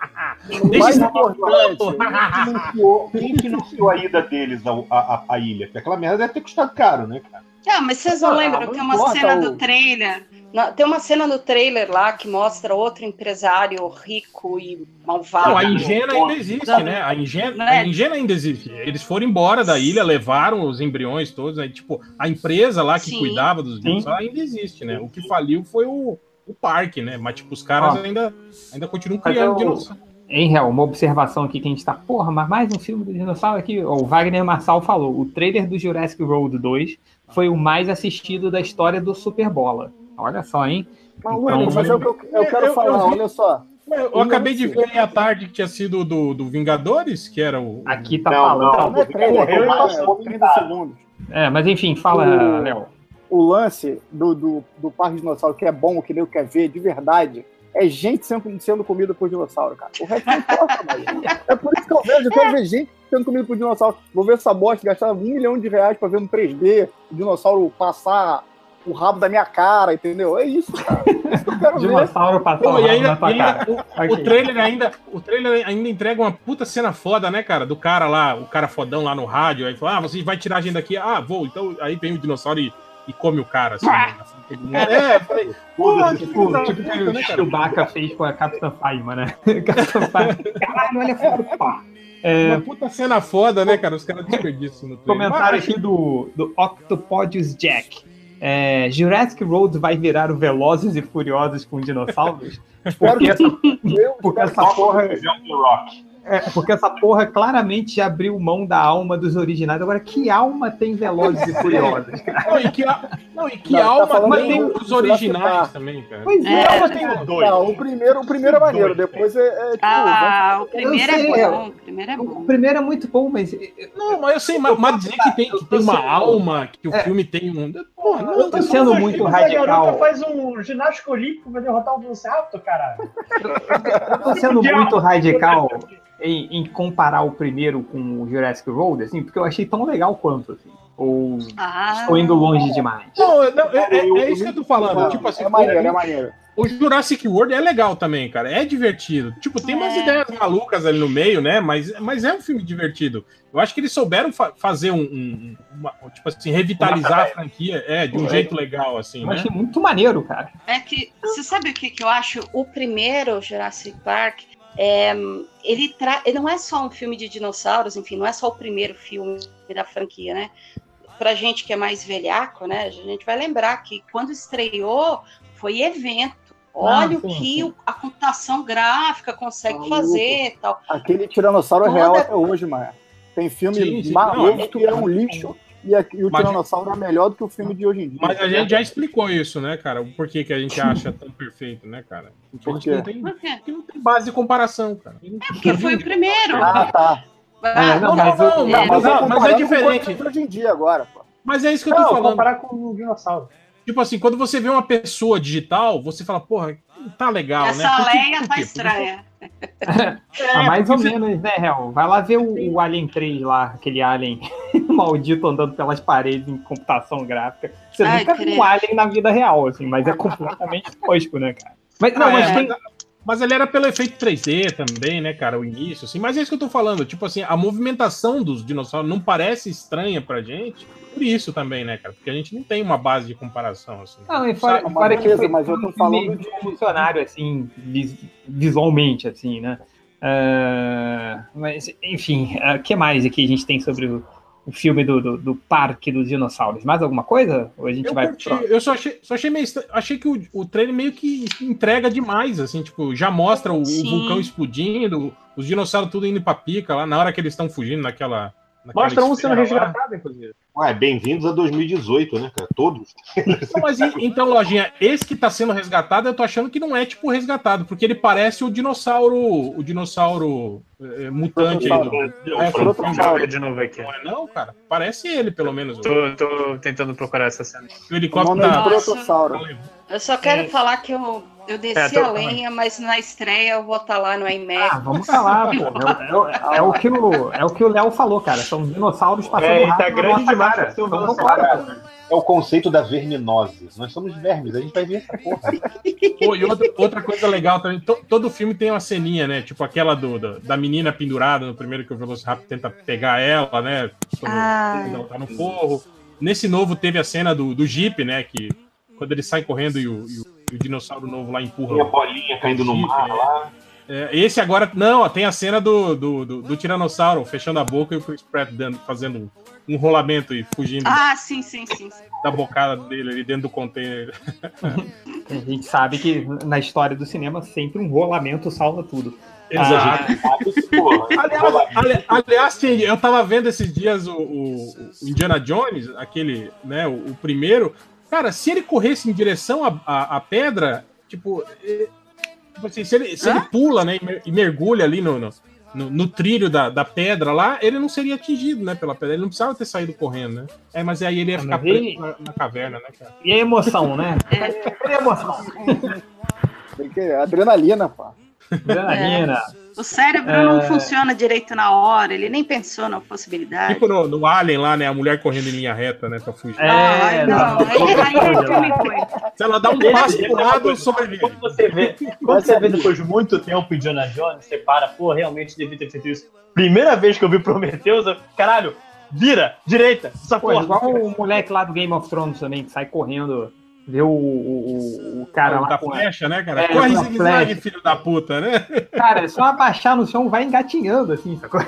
O Deixa mais isso importante. Quem financiou, quem financiou a ida deles à, à, à ilha? Porque aquela merda deve ter custado caro, né, cara? Ah, mas vocês não Ah, lembram? não Tem uma importa cena o- do trailer. não, Tem uma cena do trailer lá que mostra outro empresário rico e malvado. Não, a Ingena ainda existe, né? A Ingena, Né? a Ingena ainda existe. Eles foram embora da ilha, levaram os embriões todos. Aí, tipo, a empresa lá que Sim. cuidava dos dinossauros ainda existe, né? O que faliu foi o, o parque, né? Mas, tipo, os caras Ó. ainda, ainda continuam Mas criando eu- dinossauros. Em real, uma observação aqui que a gente tá, porra, mas mais um filme do dinossauro aqui. Ó, o Wagner Marçal falou: o trailer do Jurassic World dois foi o mais assistido da história do Super Bola. Olha só, hein? Maluco, Então, mas é o que eu, eu quero eu- eu falar, vi- olha só. Eu O acabei de lance- ver à tarde que tinha sido do, do Vingadores, que era o. Aqui tá Não, falando. não. Não é trailer, Morreu e é passou, trinta segundos. É, mas enfim, fala, O- Léo. O lance do, do, do Parque de Dinossauro, que é bom, que nem eu quer ver, de verdade, é gente sendo, sendo comida por dinossauro, cara. O resto não importa, mais. É por isso que eu vejo, eu quero ver gente sendo comida por dinossauro. Vou ver essa bosta, gastar um milhão de reais pra ver no três D, o dinossauro passar o rabo da minha cara, entendeu? É isso, cara. É isso que eu quero ver. Dinossauro passando Pô, e na ainda, tua e ainda- cara. o, o Ok. trailer ainda, o trailer ainda entrega uma puta cena foda, né, cara? Do cara lá, o cara fodão lá no rádio, aí fala, ah, você vai tirar a gente daqui? Ah, vou. Então aí vem o dinossauro e, e come o cara, assim. né, na frente de todo mundo. É, eu falei, pô, Tipo, tipo que o Chewbacca fez com a Capitã Phasma, né? Capitã Phasma. Caralho, olha fora, pá. É, uma puta cena foda, né, cara? Os caras desperdiçam no trailer. comentário Mas, aqui do, do Octopodius Jack. É, Jurassic World vai virar o Velozes e Furiosos com dinossauros? Espero Porque que essa, eu porque essa porra... The Rock. É, porque essa porra claramente já abriu mão da alma dos originais. Agora, que alma tem Velozes e Furiosos, cara? Não, e que, não, e que Não, alma tá tem tem os originais também, cara. Pois é, É, alma tem dois. Não, o primeiro, o primeiro é maneiro, depois é, é tipo... Ah, o primeiro sei, é é. bom. O primeiro é O bom. primeiro é muito bom, mas. Não, mas eu sei, mas, mas dizer que tem, que tem uma alma, que o É. filme tem um. Porra, não, Eu tô isso sendo não é- muito Mas a radical. garota faz um ginástica olímpico pra derrotar o Velociraptor, caralho. Eu tô sendo muito radical em, em comparar o primeiro com o Jurassic World, assim, porque eu achei tão legal quanto, assim. Ou Ah, estou indo longe demais. Não, não, é, é- é isso que eu tô falando. Tipo assim, É maneiro, é o, maneiro. o Jurassic World é legal também, cara. É divertido. Tipo, tem umas É. ideias malucas ali no meio, né? Mas, mas é um filme divertido. Eu acho que eles souberam fa- fazer um, um- uma- tipo assim, revitalizar a franquia, é, de um jeito legal, assim, Eu né? achei muito maneiro, cara. É que, você sabe o que, que eu acho? O primeiro Jurassic Park, é, ele, tra... ele não é só um filme de dinossauros, enfim, não é só o primeiro filme da franquia, né? Pra gente que é mais velhaco, né? A gente vai lembrar que quando estreou, foi evento. Olha Ah, o sim, que sim. o- a computação gráfica consegue Maluco. fazer e tal. Aquele tiranossauro é Toda- real até hoje, Maia. Tem filme Sim, sim. maluco Não, é- que é um lixo e, a- e o Mas- tiranossauro é melhor do que o filme de hoje em dia. Mas a gente já explicou isso, né, cara? O porquê que a gente acha tão perfeito, né, cara? Porque a Por gente quê? não tem, Por quê? porque não tem base de comparação, cara. É porque foi o primeiro. Ah, tá. Ah, É, não, Não, não, mas não, o- não, é, mas, é não, mas é comparado com diferente. o que hoje em dia agora, pô. Mas é isso que eu tô Não, falando. comparar com o dinossauro. Tipo assim, quando você vê uma pessoa digital, você fala, porra, não tá legal, né? essa Por quê? Leia Por tá quê? estranha. Ah, mais ou porque menos, né, Hel? Vai lá ver o, o Alien três lá, aquele Alien maldito andando pelas paredes em computação gráfica. Você Ai, nunca viu credo. um Alien na vida real, assim, mas é completamente tosco, né, cara? Mas não, Ah, mas é, tem. mas, mas ele era pelo efeito três D também, né, cara? O início, assim. Mas é isso que eu tô falando. Tipo assim, a movimentação dos dinossauros não parece estranha pra gente. Por isso também, né, cara? Porque a gente não tem uma base de comparação, assim. Não, e fora, Sabe, fora que beleza, foi mas eu tô falando meio de- revolucionário, assim, vis- visualmente, assim, né? Ah, mas, enfim, o que mais aqui a gente tem sobre o, o filme do, do, do Parque dos Dinossauros? Mais alguma coisa? Ou a gente Eu, vai curti, pro... eu só achei, só achei meio estranho. Achei que o, o trailer meio que entrega demais, assim, tipo, já mostra o, o Sim. vulcão explodindo, os dinossauros tudo indo pra pica lá, na hora que eles estão fugindo naquela. naquela Mostra um sendo esfera lá. resgatado, inclusive. Ué, bem-vindos a dois mil e dezoito, né, cara? Todos. Não, mas e- então, Lojinha, esse que tá sendo resgatado, eu tô achando que não é tipo resgatado, porque ele parece o dinossauro, o dinossauro é, mutante aí do. É, Protossauro. de novo aqui. não é não, cara? Parece ele, pelo menos. O, Tô, tô tentando procurar essa cena. o O helicóptero nome é tá. Protossauro. Eu só quero É. falar que eu, eu desci É, tô- a lenha, mas na estreia eu vou estar lá no IMAX. Ah, vamos falar, pô. É, o- é o- é o que o é o que o Léo falou, cara. São dinossauros passando É, ele tá rápido na grande nossa demais cara. pra ser um Então, velociraptor. vambora, pô. É o conceito da verminose. Nós somos vermes, a gente vai ver essa porra. Pô, e outra, outra coisa legal também, to- todo filme tem uma ceninha, né? Tipo aquela do, da, da menina pendurada no primeiro que o Velociraptor tenta pegar ela, né? Quando, Ah. quando ela tá no forro. Nesse novo teve a cena do, do Jeep, né? Que quando ele sai correndo e o, e o, e o dinossauro novo lá empurra. Tem a o- bolinha caindo no Jeep, mar é. lá. É, esse agora. Não, tem a cena do, do, do, do Tiranossauro fechando a boca e o Chris Pratt dando, fazendo um rolamento e fugindo Ah, sim, sim, sim. sim. da bocada dele ali dentro do container. A gente sabe que na história do cinema sempre um rolamento salva tudo. Exato. Porra, Aliás, ali- aliás, Tim, eu tava vendo esses dias o, o- o Indiana Jones, aquele, né, o, o primeiro. Cara, se ele corresse em direção à, à, à pedra, tipo, eh, tipo assim, se ele, se ele pula, né, e mer- e mergulha ali no, no, no- no trilho da, da pedra lá, ele não seria atingido, né, pela pedra. Ele não precisava ter saído correndo, né? É, mas aí ele ia Ah, ficar mas ele- preso na, na caverna, né, cara? E a emoção, né? E a emoção. Tem que- Adrenalina, pô. Adrenalina. O cérebro É. não funciona direito na hora, ele nem pensou na possibilidade. Tipo no, no Alien lá, né, a mulher correndo em linha reta, né, pra fugir. É, Ai, não, não. aí, aí é filme ruim. Se ela dá um passo pro lado, sobrevive. Quando você vê, quando você vê depois de muito tempo Indiana Jones, você para, pô, realmente devia ter feito isso. Primeira vez que eu vi Prometheus, eu, caralho, vira, direita, essa Pô, porra. igual o moleque lá do Game of Thrones também, que sai correndo, vê o, o, o cara lá da com a... flecha, né, cara? É, Corre, com a zigue-zague, flecha. filho da puta, né? Cara, é só abaixar no chão, vai engatinhando, assim, sacou?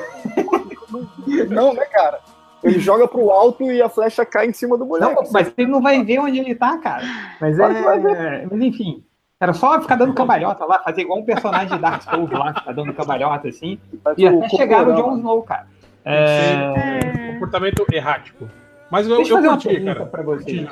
Não, né, cara? Ele joga pro alto e a flecha cai em cima do moleque. Não, mas ele não vai ver onde ele tá, cara. Mas Claro que vai é... Mas enfim. Era só ficar dando cambalhota lá, fazer igual um personagem de Dark Souls lá, ficar dando cambalhota assim. E até chegar no Jon Snow, cara. É... comportamento errático. Mas eu, eu curti, cara. Pra vocês.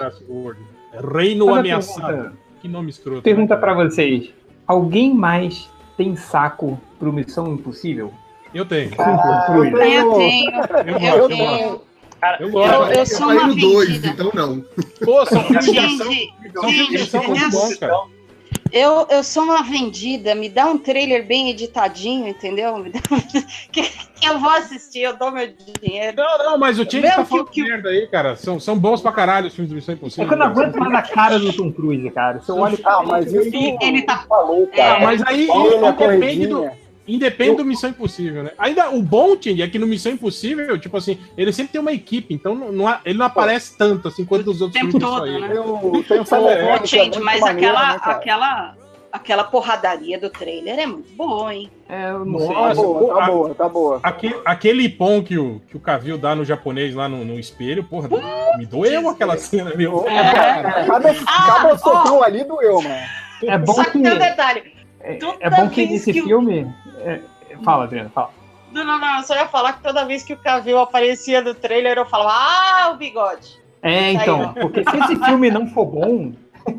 Reino Ameaçado. Pergunta, que nome escroto. Pergunta né, pra vocês. Alguém mais tem saco pro Missão Impossível? Eu tenho. Ah, eu tenho. Eu tenho. Eu tenho. Cara, eu, eu, eu sou uma vendida. Dois, então não. Pô, são filmes de ação. São filmes de ação muito bons, cara. Eu, eu sou uma vendida, me dá um trailer bem editadinho, entendeu? Me dá... que, que eu vou assistir, eu dou meu dinheiro. Não, não, mas o Change tá falando que... merda aí, cara. São, são bons pra caralho os filmes do Missão Impossível. É que eu não aguento mais a cara do Tom Cruise, cara. Se eu olho... Ah, mas isso ele, ele tá... falou, cara. É, mas aí independe do... Independe do Missão Impossível, né? Ainda o bom, Tim, é que no Missão Impossível, tipo assim, ele sempre tem uma equipe, então não, não, ele não aparece tanto assim quanto os outros filmes todo, né? Eu tenho o Change, é mas maneiro, aquela, né, aquela, aquela porradaria do trailer é muito boa, hein? É, eu não Nossa, sei. Tá boa, tá boa, tá boa. Aquele, aquele pom que o, que o Cavill dá no japonês lá no, no espelho, porra, uh, me doeu aquela cena, meu. É, é, cada ah, cada socão oh, ali doeu, mano. É bom Só que... que tem um detalhe. É, é bom que nesse que filme... Eu... É, fala, Adriana, fala. Não, não, não, eu só ia falar que toda vez que o Cavill aparecia no trailer, eu falava, ah, o bigode. É, então, porque se esse filme não for bom,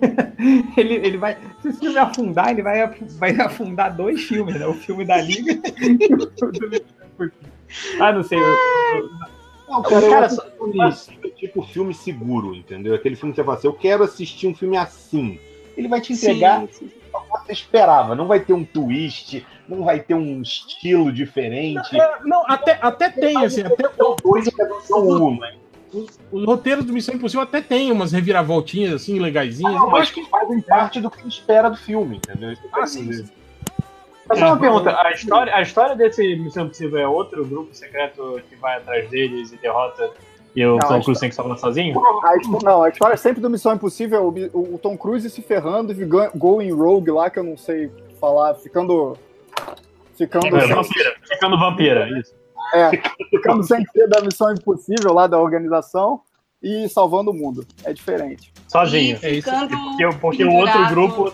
ele, ele vai. Se esse filme afundar, ele vai, vai afundar dois filmes, né? O filme da Liga e o do... Ah, não sei. Eu, eu... Não, cara, cara só, é tipo filme seguro, entendeu? Aquele filme que você fala assim, eu quero assistir um filme assim. Ele vai te entregar sim, sim. o que você esperava. Não vai ter um twist, não vai ter um estilo diferente. Não, não até, até tem, assim, até o dois é um, né? Os roteiros do Missão Impossível até tem umas reviravoltinhas assim, legaisinhas. Não, mas que fazem parte do que espera do filme, entendeu? Isso ah, sim, sim. Mas só uma pergunta, a história, a história desse Missão Impossível é outro grupo secreto que vai atrás deles e derrota e o não, Tom Cruise tem que salvar sozinho? A, não, a história é sempre do Missão Impossível, o, o Tom Cruise se ferrando e going rogue lá, que eu não sei falar, ficando... Ficando, é, sem... vampira, ficando vampira, isso. É, ficando sem ser da Missão Impossível lá da organização e salvando o mundo. É diferente. Sozinho. E ficando é isso. Porque o outro grupo...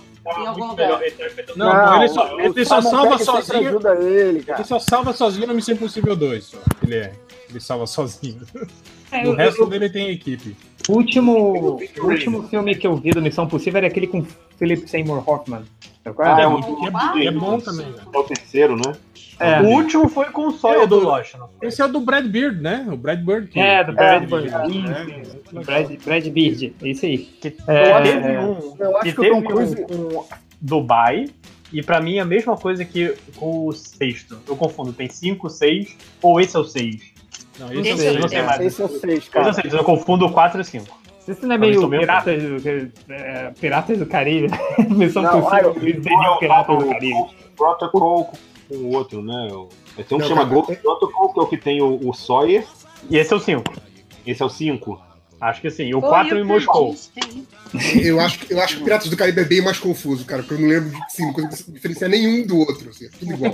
Não, não, ele só, ele só salva sozinho. Ajuda ele, cara. Ele só salva sozinho no Missão Impossível dois. Só. Ele é. Ele salva sozinho. É, o eu, resto eu, dele tem equipe. O último, o último filme que eu vi do Missão Impossível era aquele com Philip Seymour Hoffman. Ah, é, muito, é, é bom também. É o terceiro, né? É, o último foi com o Sawyer é, do Lost. Esse é o do Brad Bird, né? O Brad Bird. Que, é, do Brad é, Bird. É, é, Brad, Brad Bird, é isso aí. Que é, teve um, eu acho que, que teve um, um Dubai, e pra mim é a mesma coisa que com o sexto. Eu confundo, tem cinco, seis, ou esse é o seis? Não, esse, esse, é, não sei mais. Esse é o seis, cara. Esse é o seis, eu confundo o quatro e o cinco. Isso não é meio Piratas do, é, Piratas do Caribe? Missão Impossível, eles seriam Piratas do Caribe. Protocol com o outro, né? Tem um que chama Ghost Protocol, que é o que tem o, o Sawyer. E esse é o cinco. Esse é o cinco? Acho que sim. O quatro em Moscou. Eu acho, eu acho que Piratas do Caribe é bem mais confuso, cara, porque eu não lembro de sim, não consigo diferenciar nenhum do outro. Assim, é tudo igual.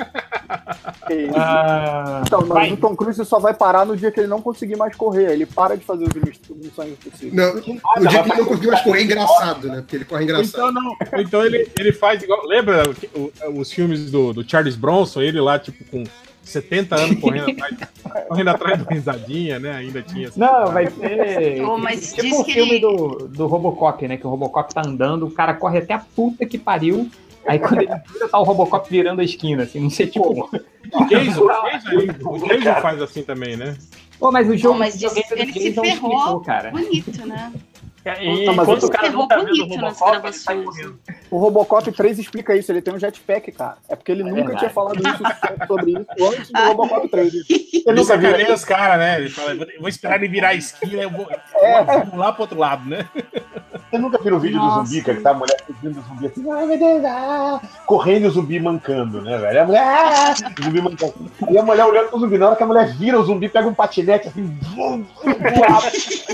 Ah, então, mas o Tom Cruise só vai parar no dia que ele não conseguir mais correr. Ele para de fazer os missões impossíveis. Não, no dia que ele não conseguir mais correr é engraçado, né? Porque ele corre engraçado. Então, não. Então ele, ele faz igual. Lembra os filmes do, do Charles Bronson? Ele lá, tipo, com setenta anos correndo atrás, correndo atrás do risadinha, né? Ainda tinha. Não, cara. Vai ser. Oh, mas tipo o filme ele... do, do Robocop, né? Que o Robocop tá andando, o cara corre até a puta que pariu. Aí quando ele vira, tá o Robocop virando a esquina, assim, não sei tipo. O Jason, o Jason faz assim também, né? Pô, mas o jogo. Oh, mas disse, ele se ferrou, explicou, cara. Bonito, né? E enquanto o cara não tá vendo o Robocop, ele tá correndo. O Robocop três explica isso, ele tem um jetpack, cara. É porque ele é nunca verdade. tinha falado isso sobre isso antes do Robocop três. Ele, ele nunca viu os caras, né? Ele fala, vou esperar ele virar a esquina, eu vou, é. vou lá pro outro lado, né? Você nunca viu o vídeo Nossa. do zumbi, cara, que tá a mulher fugindo do zumbi assim, ai meu Deus, ah, correndo e o zumbi mancando, né, velho? A mulher, ah, o zumbi mancando. E a mulher olhando pro zumbi, na hora que a mulher vira o zumbi, pega um patinete assim, vum, voa.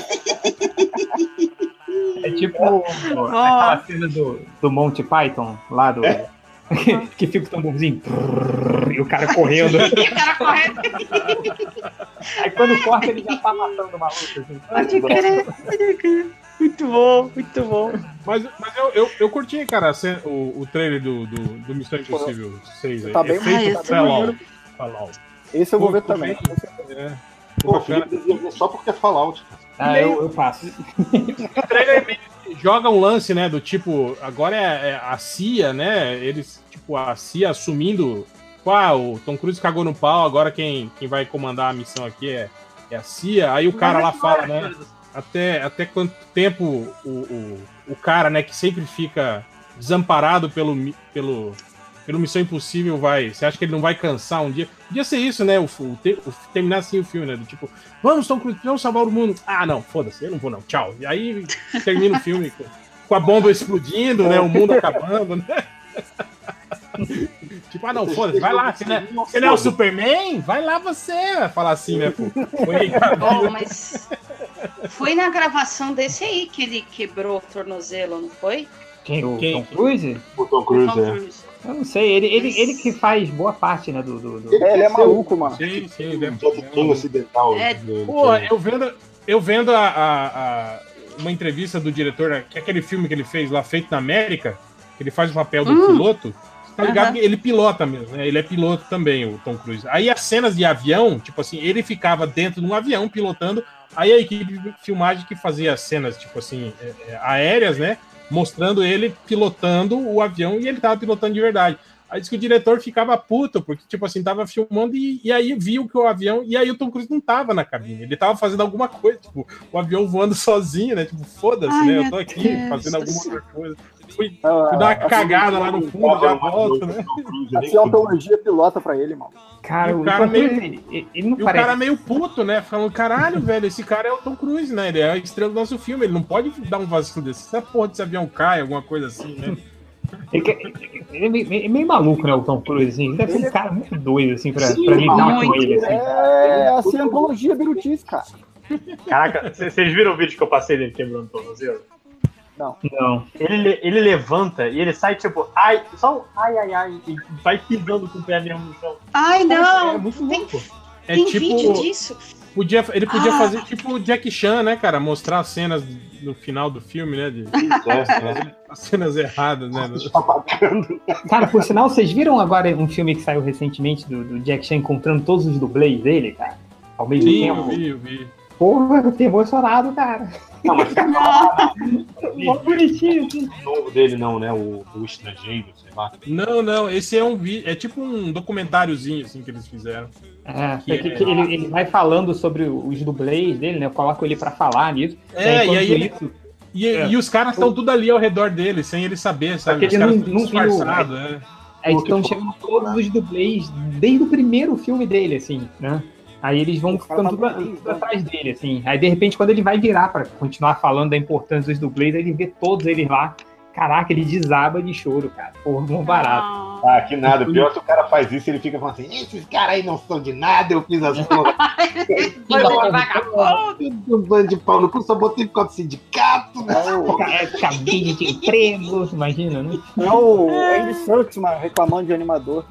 É tipo oh. aquela cena do, do Monty Python, lá do... É. que, que fica o tamborzinho e o cara correndo. E o cara correndo. Aí quando corta ele já tá matando o maluco. Assim. Pode crer, pode crer. Muito Muito bom, muito bom. Mas, mas eu, eu, eu curti, cara, o, o trailer do, do, do Missão Impossível seis. Tá bem, feito tá Fallout. Fallout. Esse eu vou Pô, ver também. É. Pô, o Felipe devia ver só porque é Fallout. Ah, eu, eu passo. O trailer meio joga um lance, né, do tipo, agora é, é a C I A, né, eles, tipo, a C I A assumindo, ah, o Tom Cruise cagou no pau, agora quem, quem vai comandar a missão aqui é, é a C I A, aí o cara lá fala, né, até, até quanto tempo o, o, o cara, né, que sempre fica desamparado pelo, pelo, pelo Missão Impossível vai, você acha que ele não vai cansar um dia? Podia ser isso, né, o, o, o terminar assim o filme, né, do tipo, vamos Tom Cruise, vamos salvar o mundo. Ah, não, foda-se, eu não vou não, tchau. E aí termina o filme com, com a bomba explodindo, né, o mundo acabando, né. Tipo, ah não, foda-se, vai lá, você não, é, você não é o Superman? Vai lá você, vai falar assim, né, pô. Foi, oh, mas foi na gravação desse aí que ele quebrou o tornozelo, não foi? Quem? O Quem? Tom Cruise? O Tom Cruise, Tom é. Cruise. Eu não sei, ele, ele, ele que faz boa parte, né, do... do, do... É, ele é maluco, mano. Sim, sim, ele é Todo ocidental. É. dele, Pô, que- eu vendo, eu vendo a, a- a- uma entrevista do diretor, que é aquele filme que ele fez lá, Feito na América, que ele faz o papel do Hum. piloto, tá ligado? Aham. Que ele pilota mesmo, né? Ele é piloto também, o Tom Cruise. Aí as cenas de avião, tipo assim, ele ficava dentro de um avião pilotando, aí a equipe de filmagem que fazia as cenas, tipo assim, é, é, aéreas, né? Mostrando ele pilotando o avião e ele tava pilotando de verdade. Aí diz que o diretor ficava puto, porque, tipo assim, tava filmando e, e aí viu que o avião... E aí o Tom Cruise não tava na cabine, ele tava fazendo alguma coisa, tipo, o avião voando sozinho, né? Tipo, foda-se, Ai, né? Eu meu tô aqui Deus fazendo do alguma céu. outra coisa. Fui, fui Ah, dar uma ah, cagada lá no fundo, já volto, né? A cientologia pilota pra ele, mano. Cara, E o o, cara Tom meio- Cruise, ele, ele não E o parece... cara meio puto, né? Falando, caralho, velho, esse cara é o Tom Cruise, né? Ele é a estrela do nosso filme, ele não pode dar um vacilo desse. Se a porra desse avião cai, alguma coisa assim, né? Ele, que- ele é meio, é meio maluco, né, o Tom Cruise, assim. Ele deve ser um cara muito doido, assim, pra, Sim, pra lidar muito. com ele, assim. É a cientologia birutice, cara. Caraca, c- vocês viram o vídeo que eu passei dele quebrando o tornozelo? Não. Ele, ele levanta e ele sai tipo, ai, só um ai, ai, ai, e vai pisando com o pé mesmo no chão. Ai, É não! muito Tem, louco. É tem tipo. vídeo disso? Podia, ele podia Ah. fazer tipo o Jack Chan, né, cara? Mostrar as cenas no final do filme, né? De, as cenas erradas, né? Cara, por sinal, vocês viram agora um filme que saiu recentemente do, do Jack Chan encontrando todos os dublês dele, cara? Ao mesmo Sim, eu tempo? vi, eu vi. Porra, eu fiquei emocionado, cara. Não, mas Mó bonitinho, assim. o novo dele não, né? O, o estrangeiro, sei lá. Não, não, esse é um vídeo. É tipo um documentáriozinho, assim, que eles fizeram. É, Que que, é- que ele, ele vai falando sobre os dublês dele, né? Eu coloco ele pra falar nisso. É, enquanto e aí ele- isso, E, É. e os caras estão tudo ali ao redor dele, sem ele saber, sabe? Porque Os ele caras não- tudo não viu, disfarçados, né? aí estão chegando todos os dublês desde o primeiro filme dele, assim, né? Aí eles vão O cara ficando tá tudo, muito tudo atrás dele, assim. Aí, de repente, quando ele vai virar pra continuar falando da importância dos dublês, aí ele vê todos eles lá. Caraca, ele desaba de choro, cara. Porra, um barato. Ah. Ah, que nada. Pior se o cara faz isso, ele fica falando assim, esses caras aí não são de nada, eu fiz as coisas. Bando de vagabundo. Um bando de pau no cu, só botei por causa do sindicato, né? É o, É, cabine de emprego, imagina, né? é o Andy Serkis, mano, reclamando de animador.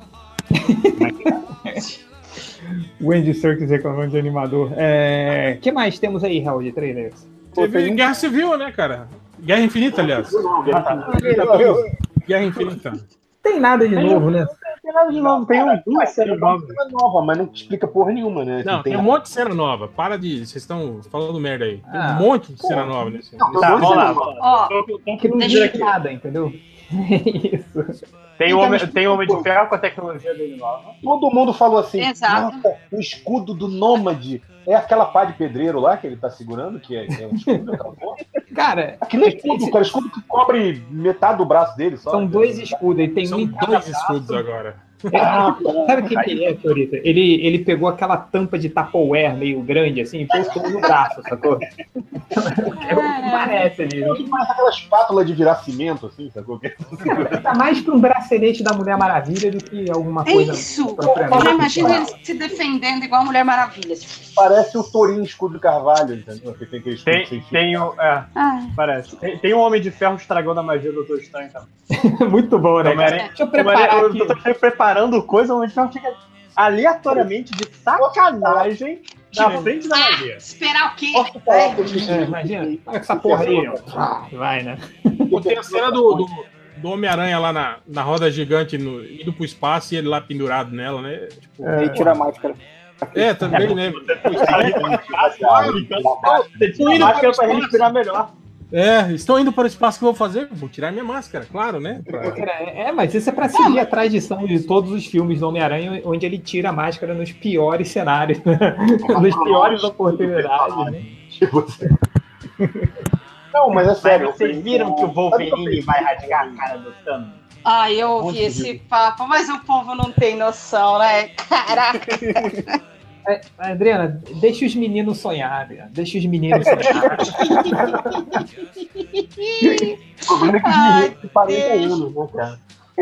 O Andy Serkis reclamando de animador. É... O que mais temos aí, Raul, de trailers? Pô, Você viu tem um- Guerra Civil, né, cara? Guerra Infinita, aliás. Guerra Infinita. Tem nada de novo, né? Tem nada de novo, tem um, duas séries novas. nova, mas não explica porra nenhuma, né? Não, tem um monte de cena nova. Para de. Vocês estão falando merda aí. Tem Ah, um monte de cena nova nesse Não, nesse- tem dois vamos lá, séries vamos novas. Ó, Que não Deixa diz aqui. nada, entendeu? Isso. Tem o homem, tem o Homem de Ferro com a tecnologia dele nova. Todo mundo falou assim, Exato. nossa, o escudo do Nômade é aquela pá de pedreiro lá que ele tá segurando, que é, é o escudo daquela porra. Cara, Aquilo é escudo, cara, escudo que cobre metade do braço dele só. são dois escudos, e tem um São em cada dois braço. escudos agora. Ah, sabe o que, que é, Fiorita? Ele, ele pegou aquela tampa de Tupperware meio grande, assim, e postou no braço, sacou? É o que parece ali. Né? Parece aquela espátula de virar cimento, assim, sacou? Tá mais pra um bracelete da Mulher Maravilha do que alguma é coisa isso. propriamente. Eu já imagino ele se defendendo igual a Mulher Maravilha. Parece o Torinho Escudo de Carvalho, entendeu? Que tem aquele escudo Tem, sem fio. tem o. É, Ah, parece. Tem, tem o Homem de Ferro estragando a magia do Doutor Estranho também. Muito bom, né? Homem-Aranha- Deixa eu preparar Homem-Aranha- aqui. Eu tô preparando coisa, o Homem de Ferro chega. aleatoriamente, de sacanagem, na frente da magia. Ah, esperar o quê? É, é, imagina, olha essa porra aí. Vai, né? Pô, tem a cena do, do, do Homem-Aranha lá na, na roda gigante, no, indo pro espaço e ele lá pendurado nela, né? Tipo, É, e tira a máscara. É, também, né? Você tira a máscara pra respirar melhor. É, estou indo para o espaço, que eu vou fazer? Vou tirar minha máscara, claro, né? Pra... É, mas isso é pra seguir a tradição de todos os filmes do Homem-Aranha, onde ele tira a máscara nos piores cenários, né? Nas piores oportunidades, né? Não, mas é sério. Mas vocês viram que o Wolverine vai rasgar a cara do Thanos? Ah, eu ouvi esse papo, mas o povo não tem noção, né? Caraca. É, Adriana, deixa os meninos sonhar, Adriana. Deixa os meninos sonhar. O problema é que os meninos têm quarenta anos, né, cara?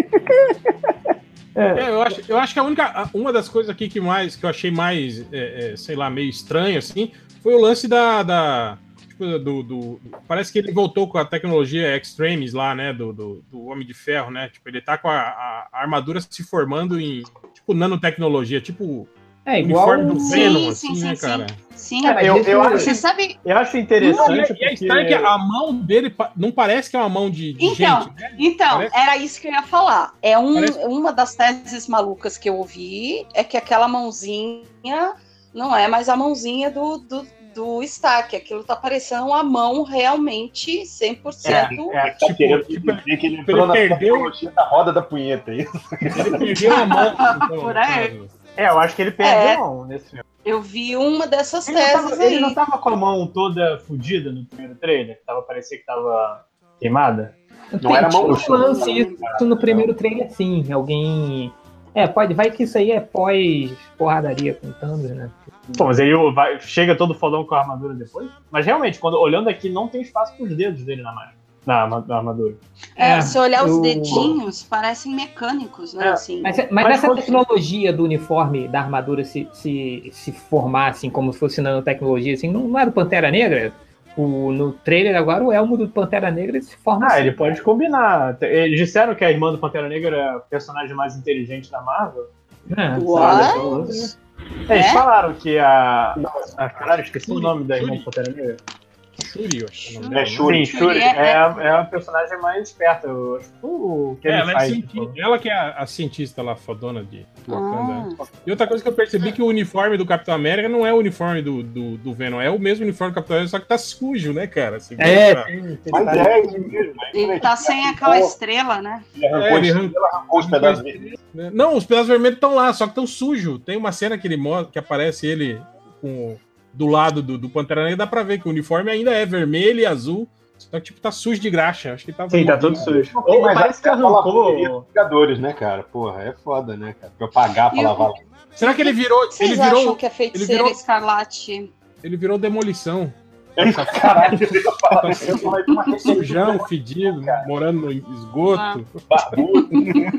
É, eu, acho, eu acho que a única. Uma das coisas aqui que mais que eu achei mais, é, é, sei lá, meio estranho, assim, foi o lance da. da tipo, do, do, parece que ele voltou com a tecnologia Extremis lá, né? Do, do, do Homem de Ferro, né? Tipo, ele tá com a, a, a armadura se formando em tipo nanotecnologia, tipo. É igual uniforme do Venom, sim, assim, sim, né, sim, cara? Sim, É, eu, eu, acho, você sabe. eu acho interessante. Não, e é, porque... e é estranho que a mão dele não parece que é uma mão de, de Então, gente, né? então Parece... era isso que eu ia falar. É um, Parece... uma das teses malucas que eu ouvi é que aquela mãozinha não é mais a mãozinha do, do, do Stark. Aquilo tá parecendo uma mão realmente cem por cento. É, é, tá tipo, querendo tipo, dizer que ele ele entrou na perdeu- da roda da punheta, é isso? Ele perdeu a mão. Então, Por aí. É, eu acho que ele perdeu É. a mão nesse filme. Eu vi uma dessas Ele não, teses tava, aí. ele não tava com a mão toda fodida no primeiro trailer? Tava, parecia que tava queimada? Não era mão Tinha no um chão. lance isso no primeiro trailer, sim. Alguém. É, pode, vai que isso aí é pós-porradaria com Thanos, né? Pô, mas ele vai, chega todo fodão com a armadura depois? Mas realmente, quando, olhando aqui, não tem espaço pros dedos dele na máscara. Na, arma- na armadura. É, É, se olhar os eu- dedinhos, parecem mecânicos, né? É, Assim. Mas, mas, Mas essa quando- tecnologia do uniforme, da armadura se, se, se formar assim, como se fosse nanotecnologia, assim, não, não é do Pantera Negra? O, no trailer agora, o elmo do Pantera Negra se forma Ah, assim. ele pode combinar. Eles disseram que a irmã do Pantera Negra é a personagem mais inteligente da Marvel. É, What? É, eles É? falaram que a. a caralho, esqueci o nome da irmã do Pantera Negra. Shuri, eu acho que é o nome É dela, né? Shuri. Sim, Shuri é- é, a, é a personagem mais esperta. Eu acho que o que É, ele ela, é faz. cienti- ela que é a, a cientista lá, fodona de Wakanda. Ah. né? E outra coisa que eu percebi que o uniforme do Capitão América não é o uniforme do, do, do Venom, é o mesmo uniforme do Capitão América, só que tá sujo, né, cara? Você É, vê, tem- tem- Mas é isso mesmo. Ele tá sem aquela estrela, né? Ele arrancou, É, ele ele arrancou- arrancou os pedaços dele. né? Não, os pedaços vermelhos estão lá, só que estão sujos. Tem uma cena que ele mostra, que aparece ele com, do lado do, do Pantera Negra, dá pra ver que o uniforme ainda é vermelho e azul, só que tipo, tá sujo de graxa. Acho que tava Sim, tá tudo sujo. Não tem Ou mais parece que aquela lavanderia arrancou. dos Vingadores, né, cara? Porra, é foda, né, cara? Pra pagar pra E o- lavar. Será que ele virou. Ele Vocês acham virou. que a feiticeira virou- Escarlate... Ele virou demolição. Caralho, eu ia falar isso, eu ia falar de uma Sujão, fedido, morando no esgoto. barbudo.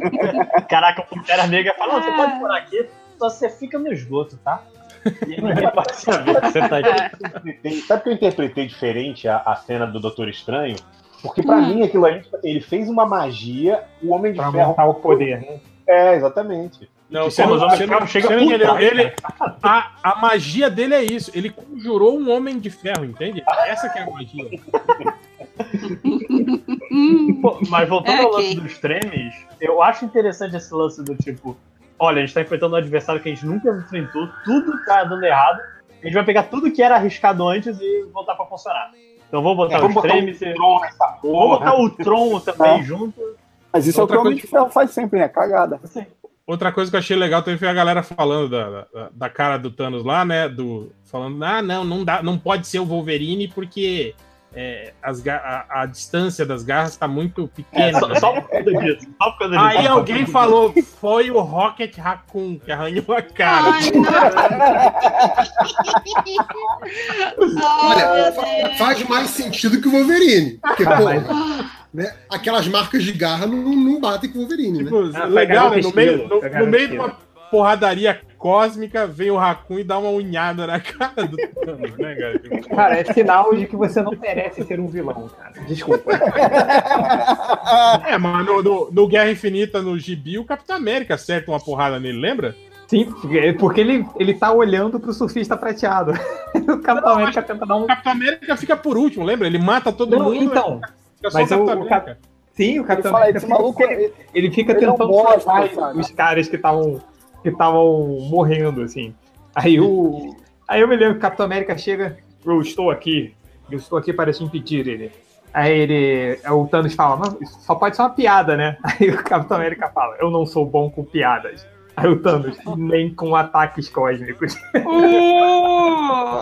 Caraca, o Pantera Negra fala: não, você pode morar aqui, só você fica no esgoto, tá? E aí ninguém pode saber que você tá aqui. Sabe que eu interpretei diferente a, a cena do Doutor Estranho? Porque pra Hum. mim aquilo ali, tipo assim, ele fez uma magia, o Homem de Pra Ferro. montar o poder, né? É, exatamente. Não, Pô, você não, mas o Homem você de Ferro não, chega você não puta, entendeu. né, Ele, a, a magia dele é isso. Ele conjurou um homem de ferro, entende? Essa que é a magia. Pô, mas voltando É, ao lance ok. dos tremes, eu acho interessante esse lance do tipo: olha, a gente tá enfrentando um adversário que a gente nunca enfrentou, tudo tá dando errado, a gente vai pegar tudo que era arriscado antes e voltar pra funcionar. Então vamos botar É, vamos os botar tremes, um Tron nessa vamos porra. botar o Tron também É. junto. Mas isso Outra é o que o Homem coisa de Ferro faz sempre, né? Cagada. Assim. Outra coisa que eu achei legal também foi a galera falando da, da, da cara do Thanos lá, né? Do, falando, ah, não, não, dá, não pode ser o Wolverine porque é, as, ga- a, a distância das garras tá muito pequena. Só, né? só por causa disso. Só por causa disso. Aí alguém falou, foi o Rocket Raccoon que arranhou a cara. Ai, não. Olha, Ai, meu fa- Deus. faz mais sentido que o Wolverine. Porque, Ah, pô, mas- né, aquelas marcas de garra não, não batem com o Wolverine, né? Tipo, Ah, legal, né? pegaram No o meio, estilo, no, pegaram no o meio de estilo. uma porradaria cósmica, vem o Raccoon e dá uma unhada na cara do Thanos, né, cara? Tipo, Cara, é sinal de que você não merece ser um vilão, cara. Desculpa. É, mas no, no, no Guerra Infinita, no Gibi, o Capitão América acerta uma porrada nele, lembra? Sim, porque ele, ele tá olhando pro surfista prateado. O Capitão não, América tenta dar um... O Capitão América fica por último, lembra? Ele mata todo não, mundo. Então, fica só mas o o, o Cap... Sim, o Capitão América fica, maluco, ele, ele fica ele tentando salvar os caras que estavam que estavam morrendo, assim. Aí o... Aí eu me lembro que o Capitão América chega, eu estou aqui, eu estou aqui para te impedir ele. Aí ele, o Thanos fala, não, isso só pode ser uma piada, né? Aí o Capitão América fala, eu não sou bom com piadas. Aí o Thanos, nem com ataques cósmicos. Uh!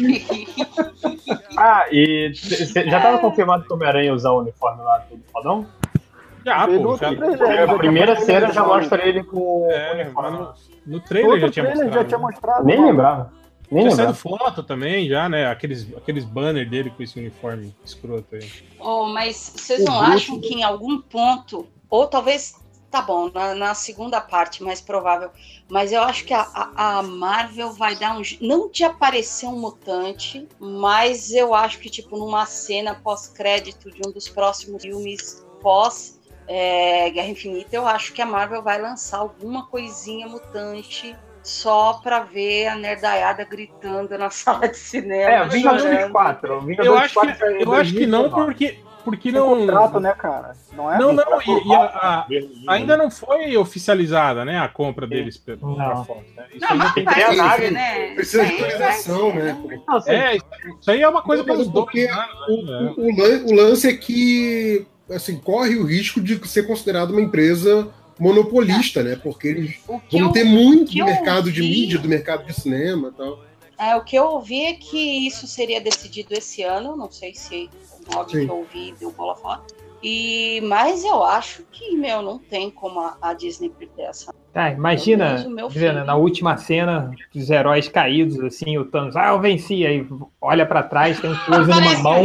Ah, e já tava confirmado que o Homem-Aranha usar o uniforme lá do fodão? Já, pô. Já, a primeira cena já mostra ele com é, o uniforme. No, no trailer, já, tinha trailer já tinha mostrado. Nem lembrava. Nem tinha saído foto também, já, né? Aqueles, aqueles banners dele com esse uniforme escroto aí. Oh, mas vocês não acham que em algum ponto, ou talvez... Tá bom, na, na segunda parte, mais provável. Mas eu acho que a, a, a Marvel vai dar um... Não de aparecer um mutante, mas eu acho que, tipo, numa cena pós-crédito de um dos próximos filmes pós é, Guerra Infinita, eu acho que a Marvel vai lançar alguma coisinha mutante só pra ver a nerdaiada gritando na sala de cinema. É, Vingadores quatro. Eu acho que, eu acho que não, porque... Porque não. Tem contrato, né, cara? Não é? Não, não. E, e a, a, ainda não foi oficializada, né? A compra deles pela Fox. Né? Isso não, mas tem que ter nave, né? Precisa de atualização, né? É, isso aí é uma coisa para os dois. Porque né? o, o, o lance é que assim, corre o risco de ser considerado uma empresa monopolista, né? Porque eles vão eu, ter muito do mercado de mídia, do mercado de cinema e tal. É, o que eu ouvi é que isso seria decidido esse ano, não sei se o nome que eu ouvi deu bola fora. E, mas eu acho que, meu, não tem como a, a Disney perder essa. Tá, imagina, Diana, na última cena, os heróis caídos, assim, o Thanos, ah, eu venci, aí olha pra trás, tem um close numa mão.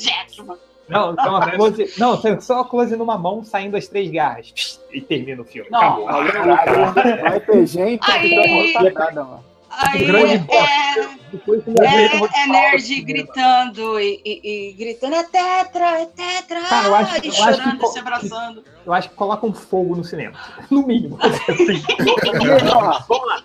Não, tem uma close, não, tem só close numa mão saindo as três garras. E termina o filme. Não, acabou. Vai ter gente que tá nada, mano. Aí é, é, é nerd gritando e, e, e gritando, é tetra, é tetra, cara, eu acho, e eu chorando acho que, e se abraçando. Eu acho que colocam fogo no cinema, no mínimo. Vamos lá.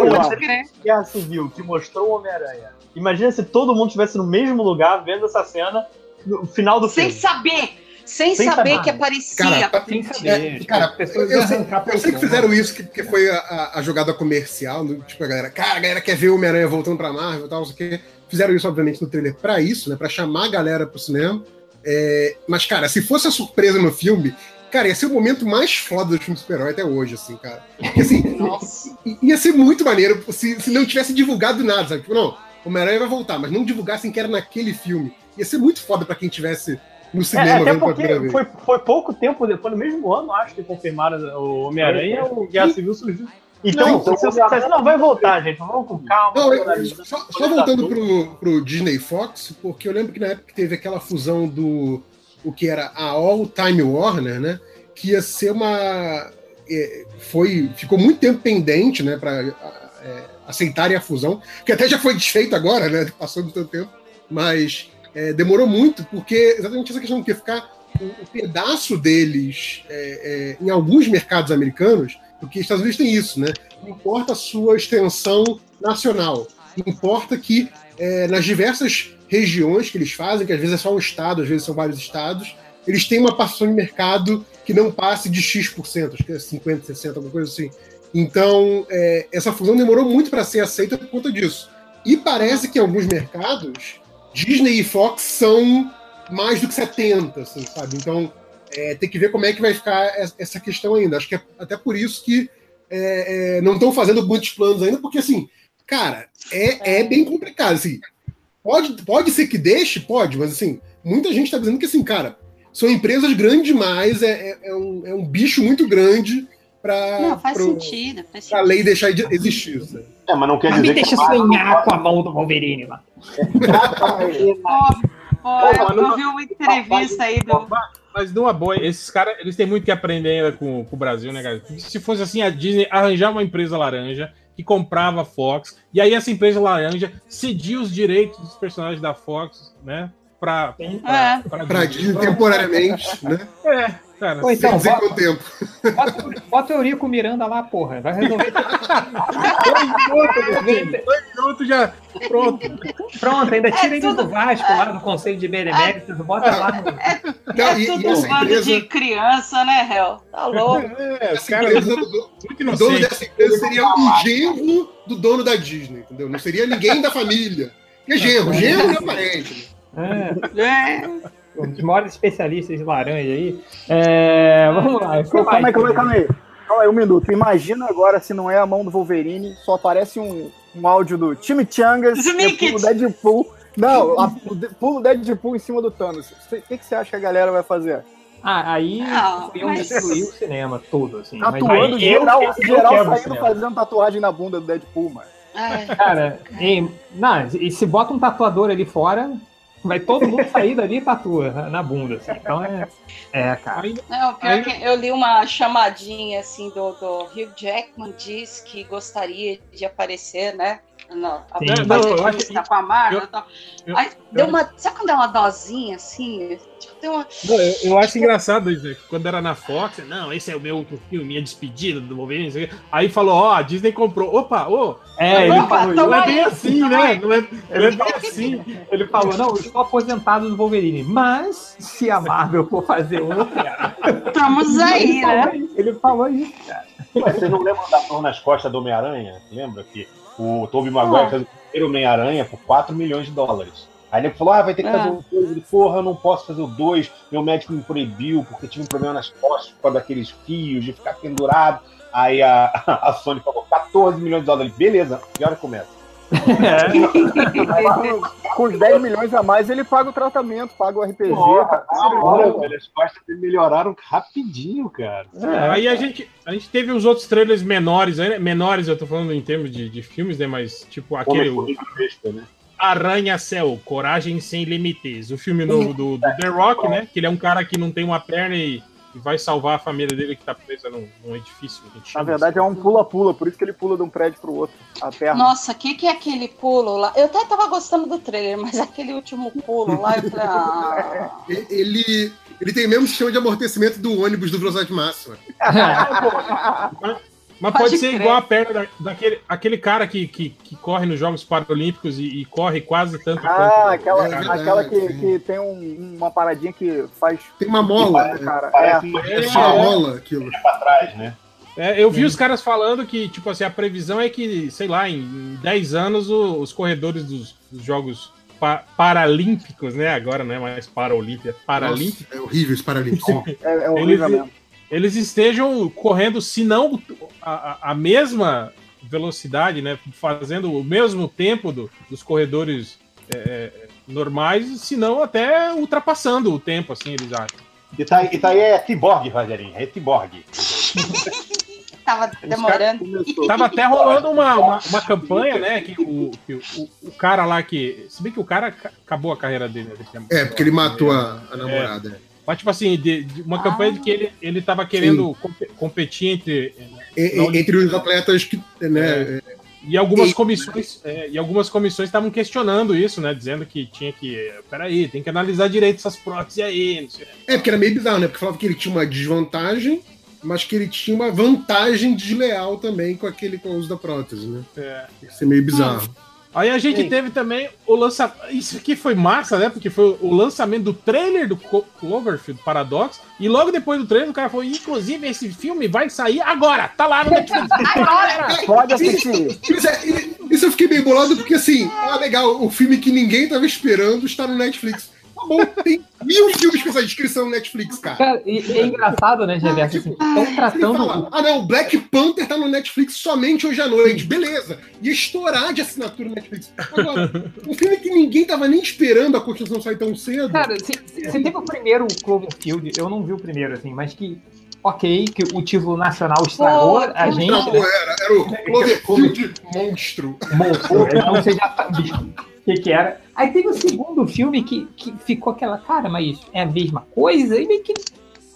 Guerra Civil, que mostrou o Homem-Aranha. Imagina se todo mundo estivesse no mesmo lugar vendo essa cena no final do filme. Sem saber! Sem, sem saber, saber que aparecia. Cara, sem saber. É, cara, eu, eu, sei, eu sei que fizeram isso, que, que foi a, a jogada comercial, no, tipo, a galera, cara, a galera quer ver o Homem-Aranha voltando pra Marvel e tal, não sei o quê. Fizeram isso, obviamente, no trailer pra isso, né, pra chamar a galera pro cinema. É, mas, cara, se fosse a surpresa no filme, cara, ia ser o momento mais foda do filme de super-herói até hoje, assim, cara. Porque, assim, Nossa. ia ser muito maneiro se, se não tivesse divulgado nada, sabe? Tipo, não, o Homem-Aranha vai voltar, mas não divulgassem que era naquele filme. Ia ser muito foda pra quem tivesse no cinema, é, até porque foi, foi pouco tempo depois, no mesmo ano, acho que confirmaram o Homem-Aranha, o Guerra Civil surgiu. Então, não, então, se você disser, não, vai voltar, gente, vamos com calma. Não, eu, só, só voltando pro, pro Disney Fox, porque eu lembro que na época teve aquela fusão do o que era a All Time Warner, né, que ia ser uma... É, foi, ficou muito tempo pendente, né, para é, aceitarem a fusão, que até já foi desfeito agora, né, passou do tanto tempo, mas... É, demorou muito, porque exatamente essa questão de ficar um, um pedaço deles é, é, em alguns mercados americanos, porque os Estados Unidos tem isso, né? Não importa a sua extensão nacional, importa que é, nas diversas regiões que eles fazem, que às vezes é só um estado, às vezes são vários estados, eles têm uma participação de mercado que não passe de X por cento, acho que é cinquenta, sessenta, alguma coisa assim. Então, é, essa fusão demorou muito para ser aceita por conta disso. E parece que em alguns mercados Disney e Fox são mais do que setenta, assim, sabe? Então, é, tem que ver como é que vai ficar essa questão ainda. Acho que é até por isso que é, é, não estão fazendo muitos planos ainda, porque, assim, cara, é, é bem complicado. Assim, pode, pode ser que deixe, pode, mas, assim, muita gente está dizendo que, assim, cara, são empresas grandes demais, é, é, é, um, é um bicho muito grande para Não, faz sentido. Faz sentido. A lei deixar de existir. Sabe? É, mas não quer mas dizer me deixa que sonhar não... com a mão do Wolverine lá. oh, eu vi uma entrevista aí do... Mas numa boa, esses caras, eles têm muito que aprender ainda com, com o Brasil, né, cara? Se fosse assim, a Disney arranjar uma empresa laranja que comprava a Fox, e aí essa empresa laranja cedia os direitos dos personagens da Fox, né? Pra, pra, é. pra, pra Disney temporariamente, né? É. Cara, Pô, então, bota, com o tempo. Bota, bota o Eurico Miranda lá, porra. Vai resolver. Dois minutos já. Pronto. Pronto, ainda tira é ele tudo... do Vasco lá no Conselho de Beneméritos. Bota lá no. É, é tudo um bando empresa... de criança, né, Hel? Tá louco. É, essa cara, empresa, do, o dono dessa empresa seria um genro do dono da Disney, entendeu? Não seria ninguém da família. Porque é genro, genro é parente. É. é. Um dos maiores especialistas de laranja aí. É, vamos lá. Calma aí, calma aí, calma aí. Calma aí, um minuto. Imagina agora se não é a mão do Wolverine, só aparece um, um áudio do Chimichangas e pulo Deadpool. Não, a, pulo Deadpool em cima do Thanos. O que, que você acha que a galera vai fazer? Ah, aí eu mas... destruir o cinema todo, assim. Tatuando mas geral, eu, geral eu saindo fazendo tatuagem na bunda do Deadpool, mano. Cara, e, não, e se bota um tatuador ali fora... Vai todo mundo sair dali e tatua na bunda, assim. Então é. É, cara. Não, pior Aí... que eu li uma chamadinha assim do, do Hugh Jackman, diz que gostaria de aparecer, né? Não, a não, não, eu acho que tá com a Marvel. Eu, eu, Aí, eu, deu uma. Sabe quando dá uma dosinha assim? Tipo, deu uma... não, eu, eu acho engraçado isso, quando era na Fox, não, esse é o meu outro filme, minha despedida do Wolverine. Aí falou, ó, oh, a Disney comprou. Opa, ô! Oh, é, ele opa, falou, não é bem assim, né? Não é, não é bem assim. Ele falou, não, eu estou aposentado do Wolverine, mas se a Marvel for fazer outro, cara. Estamos aí, né? Ele falou isso, cara. Mas você não lembra da dor nas costas do Homem-Aranha? Lembra que o Tobey Maguire ah. fez o primeiro Homem-Aranha por quatro milhões de dólares. Aí ele falou, ah, vai ter que ah. fazer o dois. Ele, porra, eu não posso fazer o dois. Meu médico me proibiu porque tive um problema nas costas por causa daqueles fios, de ficar pendurado. Aí a, a Sony falou, quatorze milhões de dólares. Beleza, que hora começa? É. Com os dez milhões a mais, ele paga o tratamento, paga o R P G. Porra, hora, velho, as costas dele melhoraram rapidinho, cara. É, aí a gente, a gente teve os outros trailers menores, né? Menores, eu tô falando em termos de, de filmes, né? Mas tipo aquele. O, besta, né? Arranha-Céu, Coragem Sem Limites. O filme novo do, do The Rock, né? Que ele é um cara que não tem uma perna e. E vai salvar a família dele que tá presa num, num edifício. Na verdade, assim. É um pula-pula, por isso que ele pula de um prédio pro outro. A perna. Nossa, o que, que é aquele pulo lá? Eu até tava gostando do trailer, mas aquele último pulo lá, eu falei, ah... ele, ele tem o mesmo sistema de amortecimento do ônibus do Velocidade Máxima. Mas pode, pode ser crer. Igual a perna da, daquele aquele cara que, que, que corre nos Jogos Paralímpicos e, e corre quase tanto ah, quanto... Ah, aquela, é verdade, aquela que, que tem um, uma paradinha que faz... Tem uma mola. Que, cara. É, é, é só uma mola aquilo. É pra trás, né? É, eu vi os caras falando que, tipo assim, a previsão é que, sei lá, em dez anos o, os corredores dos, dos Jogos pa Paralímpicos, né? Agora não é mais Paralímpia, Paralímpicos. Nossa, é horrível esse Paralímpicos. é, é horrível eles, mesmo. Eles estejam correndo, se não a, a mesma velocidade, né? Fazendo o mesmo tempo do, dos corredores é, normais, se não até ultrapassando o tempo, assim, eles acham. E tá, e tá aí é Cyborg, Rogerinho, é Cyborg. Tava demorando. Tava até rolando uma, uma, uma campanha, né? Que, o, que o, o cara lá que. Se bem que o cara acabou a carreira dele. Né, é, porque ele matou a, a namorada. É. Mas, tipo assim, de, de uma ah. campanha de que ele, ele tava querendo comp competir entre... E, entre os atletas que... Né, é, e algumas e... comissões é, e algumas comissões estavam questionando isso, né? Dizendo que tinha que... Peraí, tem que analisar direito essas próteses aí. Não sei. É, porque era meio bizarro, né? Porque falava que ele tinha uma desvantagem, mas que ele tinha uma vantagem desleal também com aquele com o uso da prótese, né? É. Isso é meio bizarro. Hum. Aí a gente Ei. teve também o lançamento. Isso aqui foi massa, né? Porque foi o lançamento do trailer do Cloverfield Paradox. E logo depois do trailer, o cara falou: inclusive, esse filme vai sair agora. Tá lá no Netflix. Agora! Pode assistir. Isso, é, isso eu fiquei bem bolado porque, assim, ah, legal, o filme que ninguém tava esperando está no Netflix. Tá bom, tem mil filmes com essa descrição no Netflix, cara. Cara, e, e é engraçado, né, Gervais? Estão assim, tipo, tratando... Fala, ah, não, Black Panther tá no Netflix somente hoje à noite. Beleza. Ia estourar de assinatura no Netflix. Agora, um filme que ninguém tava nem esperando a construção sair tão cedo. Cara, você teve o primeiro Cloverfield, eu não vi o primeiro, assim, mas que... Ok, que o título nacional estragou oh, a gente. Não, né? era, era o Cloverfield Monstro. Monstro, então você já sabia o que, que era. Aí teve o segundo filme que, que ficou aquela, cara, mas é a mesma coisa? E meio que,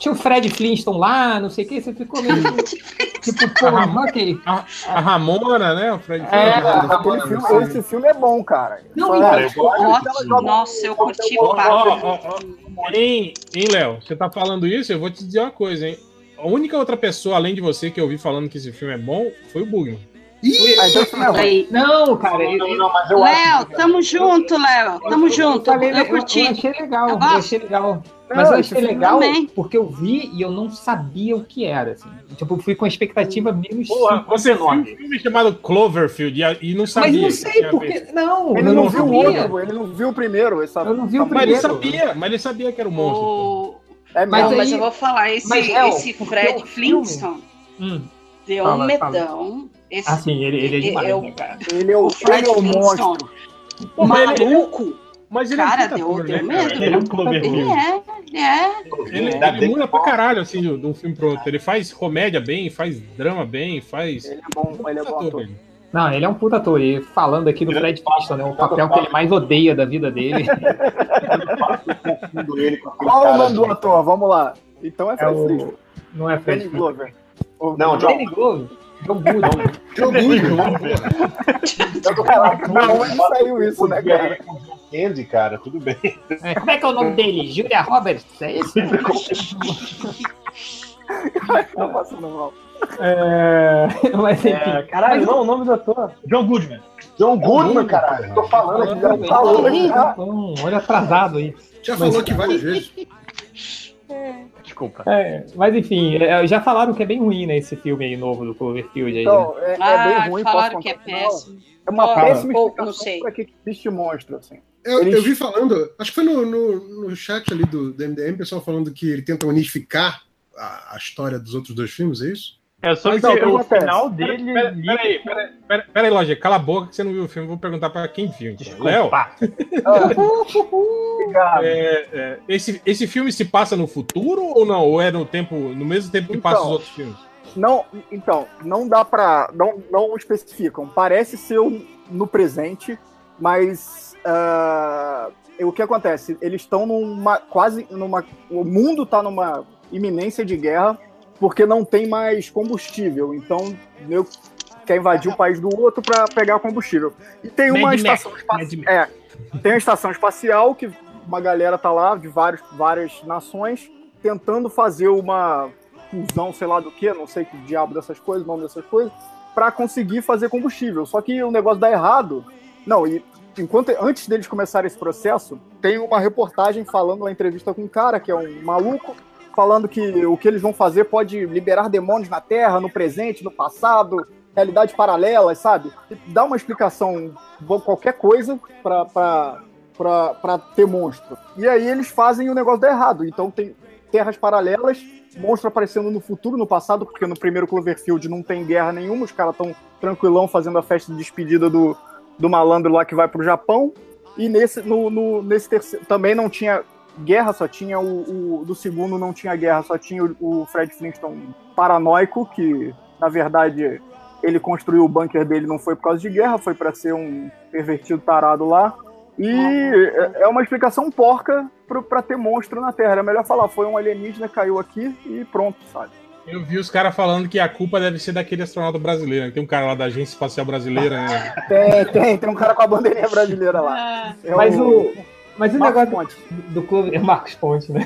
tinha o Fred Flintstone lá, não sei o que, você ficou meio tipo, pô, ok. A, a Ramona, né? O Fred É, Flintstone. aquele filme, esse filme é bom, cara. Não, Cara, Ótimo. Nossa, eu curti Ó, pra ó, ó, ó. Hein, hein, Léo? Você tá falando isso? Eu vou te dizer uma coisa, hein? A única outra pessoa, além de você, que eu ouvi falando que esse filme é bom, foi o Bugman. Ih, ah, então isso não é ruim. Aí. Não, cara. Não, eu- não, mas eu acho Léo, que- tamo junto, Léo. Tamo junto. falei, Eu curti. Eu achei legal, Eu eu, gosto. achei legal. Não, Mas eu esse achei filme legal também. porque eu vi e eu não sabia o que era. Assim. Tipo, eu fui com a expectativa menos. Porra, você viu um filme chamado Cloverfield e e não sabia. Mas não que sei tinha porque. feito. Não, Ele eu não viu o sabia. outro, ele não viu o primeiro. Essa, Eu não vi o essa- Mas ele primeiro. sabia, mas ele sabia que era o monstro. O... É Mas Não, mesmo. mas aí- eu vou falar, esse, mas, El, esse porque Fred o filme- Flintstone Hum. deu Fala, um fala. medão. Esse, Ah, sim, ele, ele é demais, eu- né, cara? Ele é o, o Fred ele é o Flintstone, monstro. Pô, mas ele- maluco, Mas ele é um cara, puta deu, ator, deu né, cara? medo. Ele é um Cloverfield. Ele é, ele é. Ele, Ainda ele bem muda que- pra caralho, assim, de de um filme pro outro. Ele faz comédia bem, faz drama bem, faz. Ele é bom, ele é bom Puta ator. velho. Não, ele é um puta ator. E falando aqui do Fred Flintstone, né, o papel que ele mais odeia da vida dele. Confundo ele com aquele Qual o cara nome do de- ator? Vamos lá. Então é É Fred o... Flintstone. Não é Fred Danny Flintstone. Glover. O- Não, John. Danny Glover? John Goodman. Joe Goodman, porra. Caraca, da onde saiu isso, né, cara? Andy, cara, tudo bem. É, como é que é o nome dele? Julia Roberts? É isso? Tá passando mal. É... Mas enfim. É, caralho, não, o nome do ator. John Goodman. John Goodman, caralho. Tô falando aqui, já Ih, falou aqui. então, olha atrasado aí. Já falou aqui várias vezes. Desculpa. É, mas enfim, é, já falaram que é bem ruim, né, esse filme aí novo do Cloverfield aí. Né? Então, é, é Ah, bem ruim. posso falaram que é contar no final? péssimo. É uma Ó, péssima ou- explicação não sei. pra que existe monstro, assim. Eu, Eles- eu vi falando, acho que foi no, no, no chat ali do, do M D M, o pessoal falando que ele tenta unificar a, a história dos outros dois filmes, é isso? É só Mas, que ó, o que o acontece? final dele. Pera- Peraí, peraí, peraí, peraí, Lojinha, cala a boca que você não viu o filme. Vou perguntar pra quem viu. Então. Léo, Obrigado. é, é, esse, esse filme se passa no futuro ou não? Ou é no tempo, no mesmo tempo que Então, passa os outros filmes? Não, então, não dá pra. Não, não especificam. Parece ser um- no presente, mas ah, o que acontece? Eles estão numa. Quase numa. O mundo tá numa iminência de guerra porque não tem mais combustível. Então, meu quer invadir o país do outro pra pegar combustível. E tem uma Mad estação Max, espacial. Mad É, tem uma estação espacial que uma galera tá lá, de vários, várias nações, tentando fazer uma fusão, sei lá do que, não sei que diabo dessas coisas, o nome dessas coisas, para conseguir fazer combustível. Só que o negócio dá errado. Não, e enquanto antes deles começarem esse processo, tem uma reportagem falando, uma entrevista com um cara que é um maluco, falando que o que eles vão fazer pode liberar demônios na Terra, no presente, no passado, realidades paralelas, sabe? Dá uma explicação, qualquer coisa, pra, pra, pra, pra ter monstro. E aí eles fazem o negócio dar errado. Então tem terras paralelas, monstro aparecendo no futuro, no passado, porque no primeiro Cloverfield não tem guerra nenhuma, os caras estão tranquilão fazendo a festa de despedida do, do malandro lá que vai pro Japão. E nesse, no, no, nesse terceiro também não tinha guerra, só tinha o, o do segundo não tinha guerra, só tinha o, o Fred Flintstone paranoico, que na verdade ele construiu o bunker dele, não foi por causa de guerra, foi para ser um pervertido tarado lá. E é uma explicação porca para ter monstro na Terra. Era melhor falar, foi um alienígena, caiu aqui e pronto, sabe? Eu vi os caras falando que a culpa deve ser daquele astronauta brasileiro. Né? Tem um cara lá da Agência Espacial Brasileira, né? Tem, tem, tem um cara com a bandeirinha brasileira lá. Ah, É Mas o, mas o Marcos negócio Pontes. do Clover... É Marcos Pontes, né?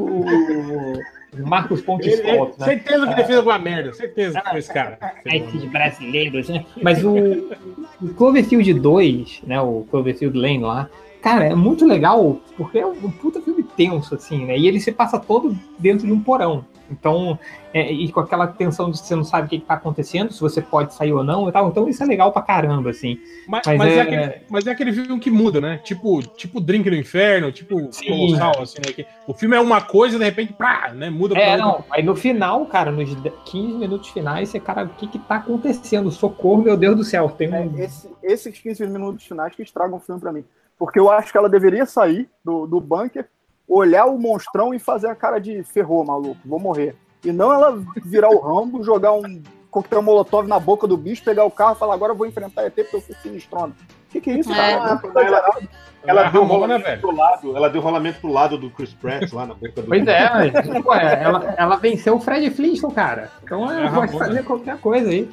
O Marcos Pontes Ele, ele, Pontes, né? certeza que ele fez alguma merda. Certeza que foi esse cara. Esses brasileiros, né? Mas o, o Cloverfield dois, né? O Cloverfield Lane lá, cara, é muito legal, porque é um puta filme tenso, assim, né? E ele se passa todo dentro de um porão. Então, é, e com aquela tensão de que você não sabe o que, que tá acontecendo, se você pode sair ou não e tal. Então isso é legal pra caramba, assim. Mas, Mas mas, é... é- aquele, mas é aquele filme que muda, né? Tipo, tipo Drink no Inferno, tipo Sim. Colossal, assim, né? Que o filme é uma coisa e de repente, pá, né? Muda É, pra outra. não. Aí no final, cara, nos quinze minutos finais, você, cara, o que que tá acontecendo? Socorro, meu Deus do céu. Tem É, um... esse, esses quinze minutos finais que estragam o filme pra mim. Porque eu acho que ela deveria sair do, do bunker, olhar o monstrão e fazer a cara de ferrou, maluco, vou morrer. E não ela virar o Rambo, jogar um coquetel molotov na boca do bicho, pegar o carro e falar, agora eu vou enfrentar E T porque eu sou sinistrona. O que, que é isso, É. cara? Ela, ela, deu Ramona, rolamento velho. pro lado, ela deu rolamento pro lado do Chris Pratt lá na boca do. Pois é, mas, pô, é, ela, ela venceu o Fred Flintstone, cara. Então É ela a pode Ramona. fazer qualquer coisa aí.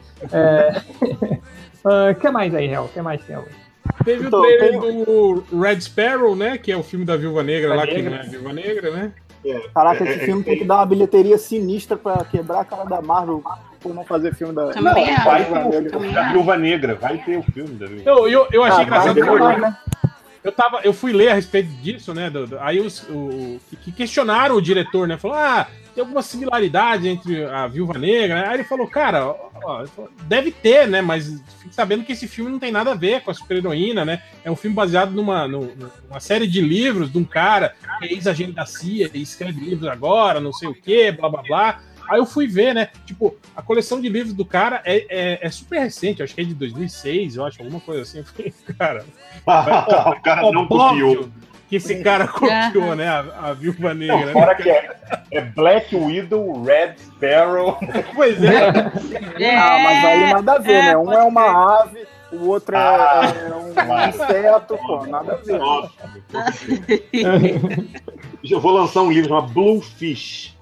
O é... uh, que mais aí, Hel? O que mais tem hoje? Teve Então, o trailer tem- do Red Sparrow, né? Que é o filme da Viúva Negra lá, que Negra. não é a Viúva Negra, né? Caraca, esse filme tem que dar uma bilheteria sinistra pra quebrar a cara da Marvel por não fazer filme da. Também não, acho. Vai ter o Também filme da Viúva Negra, vai ter o filme da Viúva Negra. Eu, eu, eu achei Ah, engraçado. vai, porque vai, eu, né? eu, tava, eu fui ler a respeito disso, né? do- do- aí os o, que- que questionaram o diretor, né? Falou, ah, tem alguma similaridade entre a Viúva Negra, né? Aí ele falou, cara, ó, ó, ele falou, deve ter, né? Mas fique sabendo que esse filme não tem nada a ver com a super-heroína, né? É um filme baseado numa, numa, numa série de livros de um cara que é ex-agente da C I A e escreve livros agora, não sei o quê, blá blá blá. Aí eu fui ver, né? Tipo, a coleção de livros do cara é, é, é super recente, acho que é de dois mil e seis, eu acho, alguma coisa assim. Eu falei, cara, o cara não óbvio copiou. que esse cara copiou, né? A, a Viúva Negra. Não, né? fora que é, é Black Widow, Red Sparrow. Pois é. É, Ah, mas aí nada a ver, é, né? Um pode é uma ave, o outro é, Ah, é um claro. inseto, pô, nada a ver. Nossa, eu vou lançar um livro chamado Bluefish.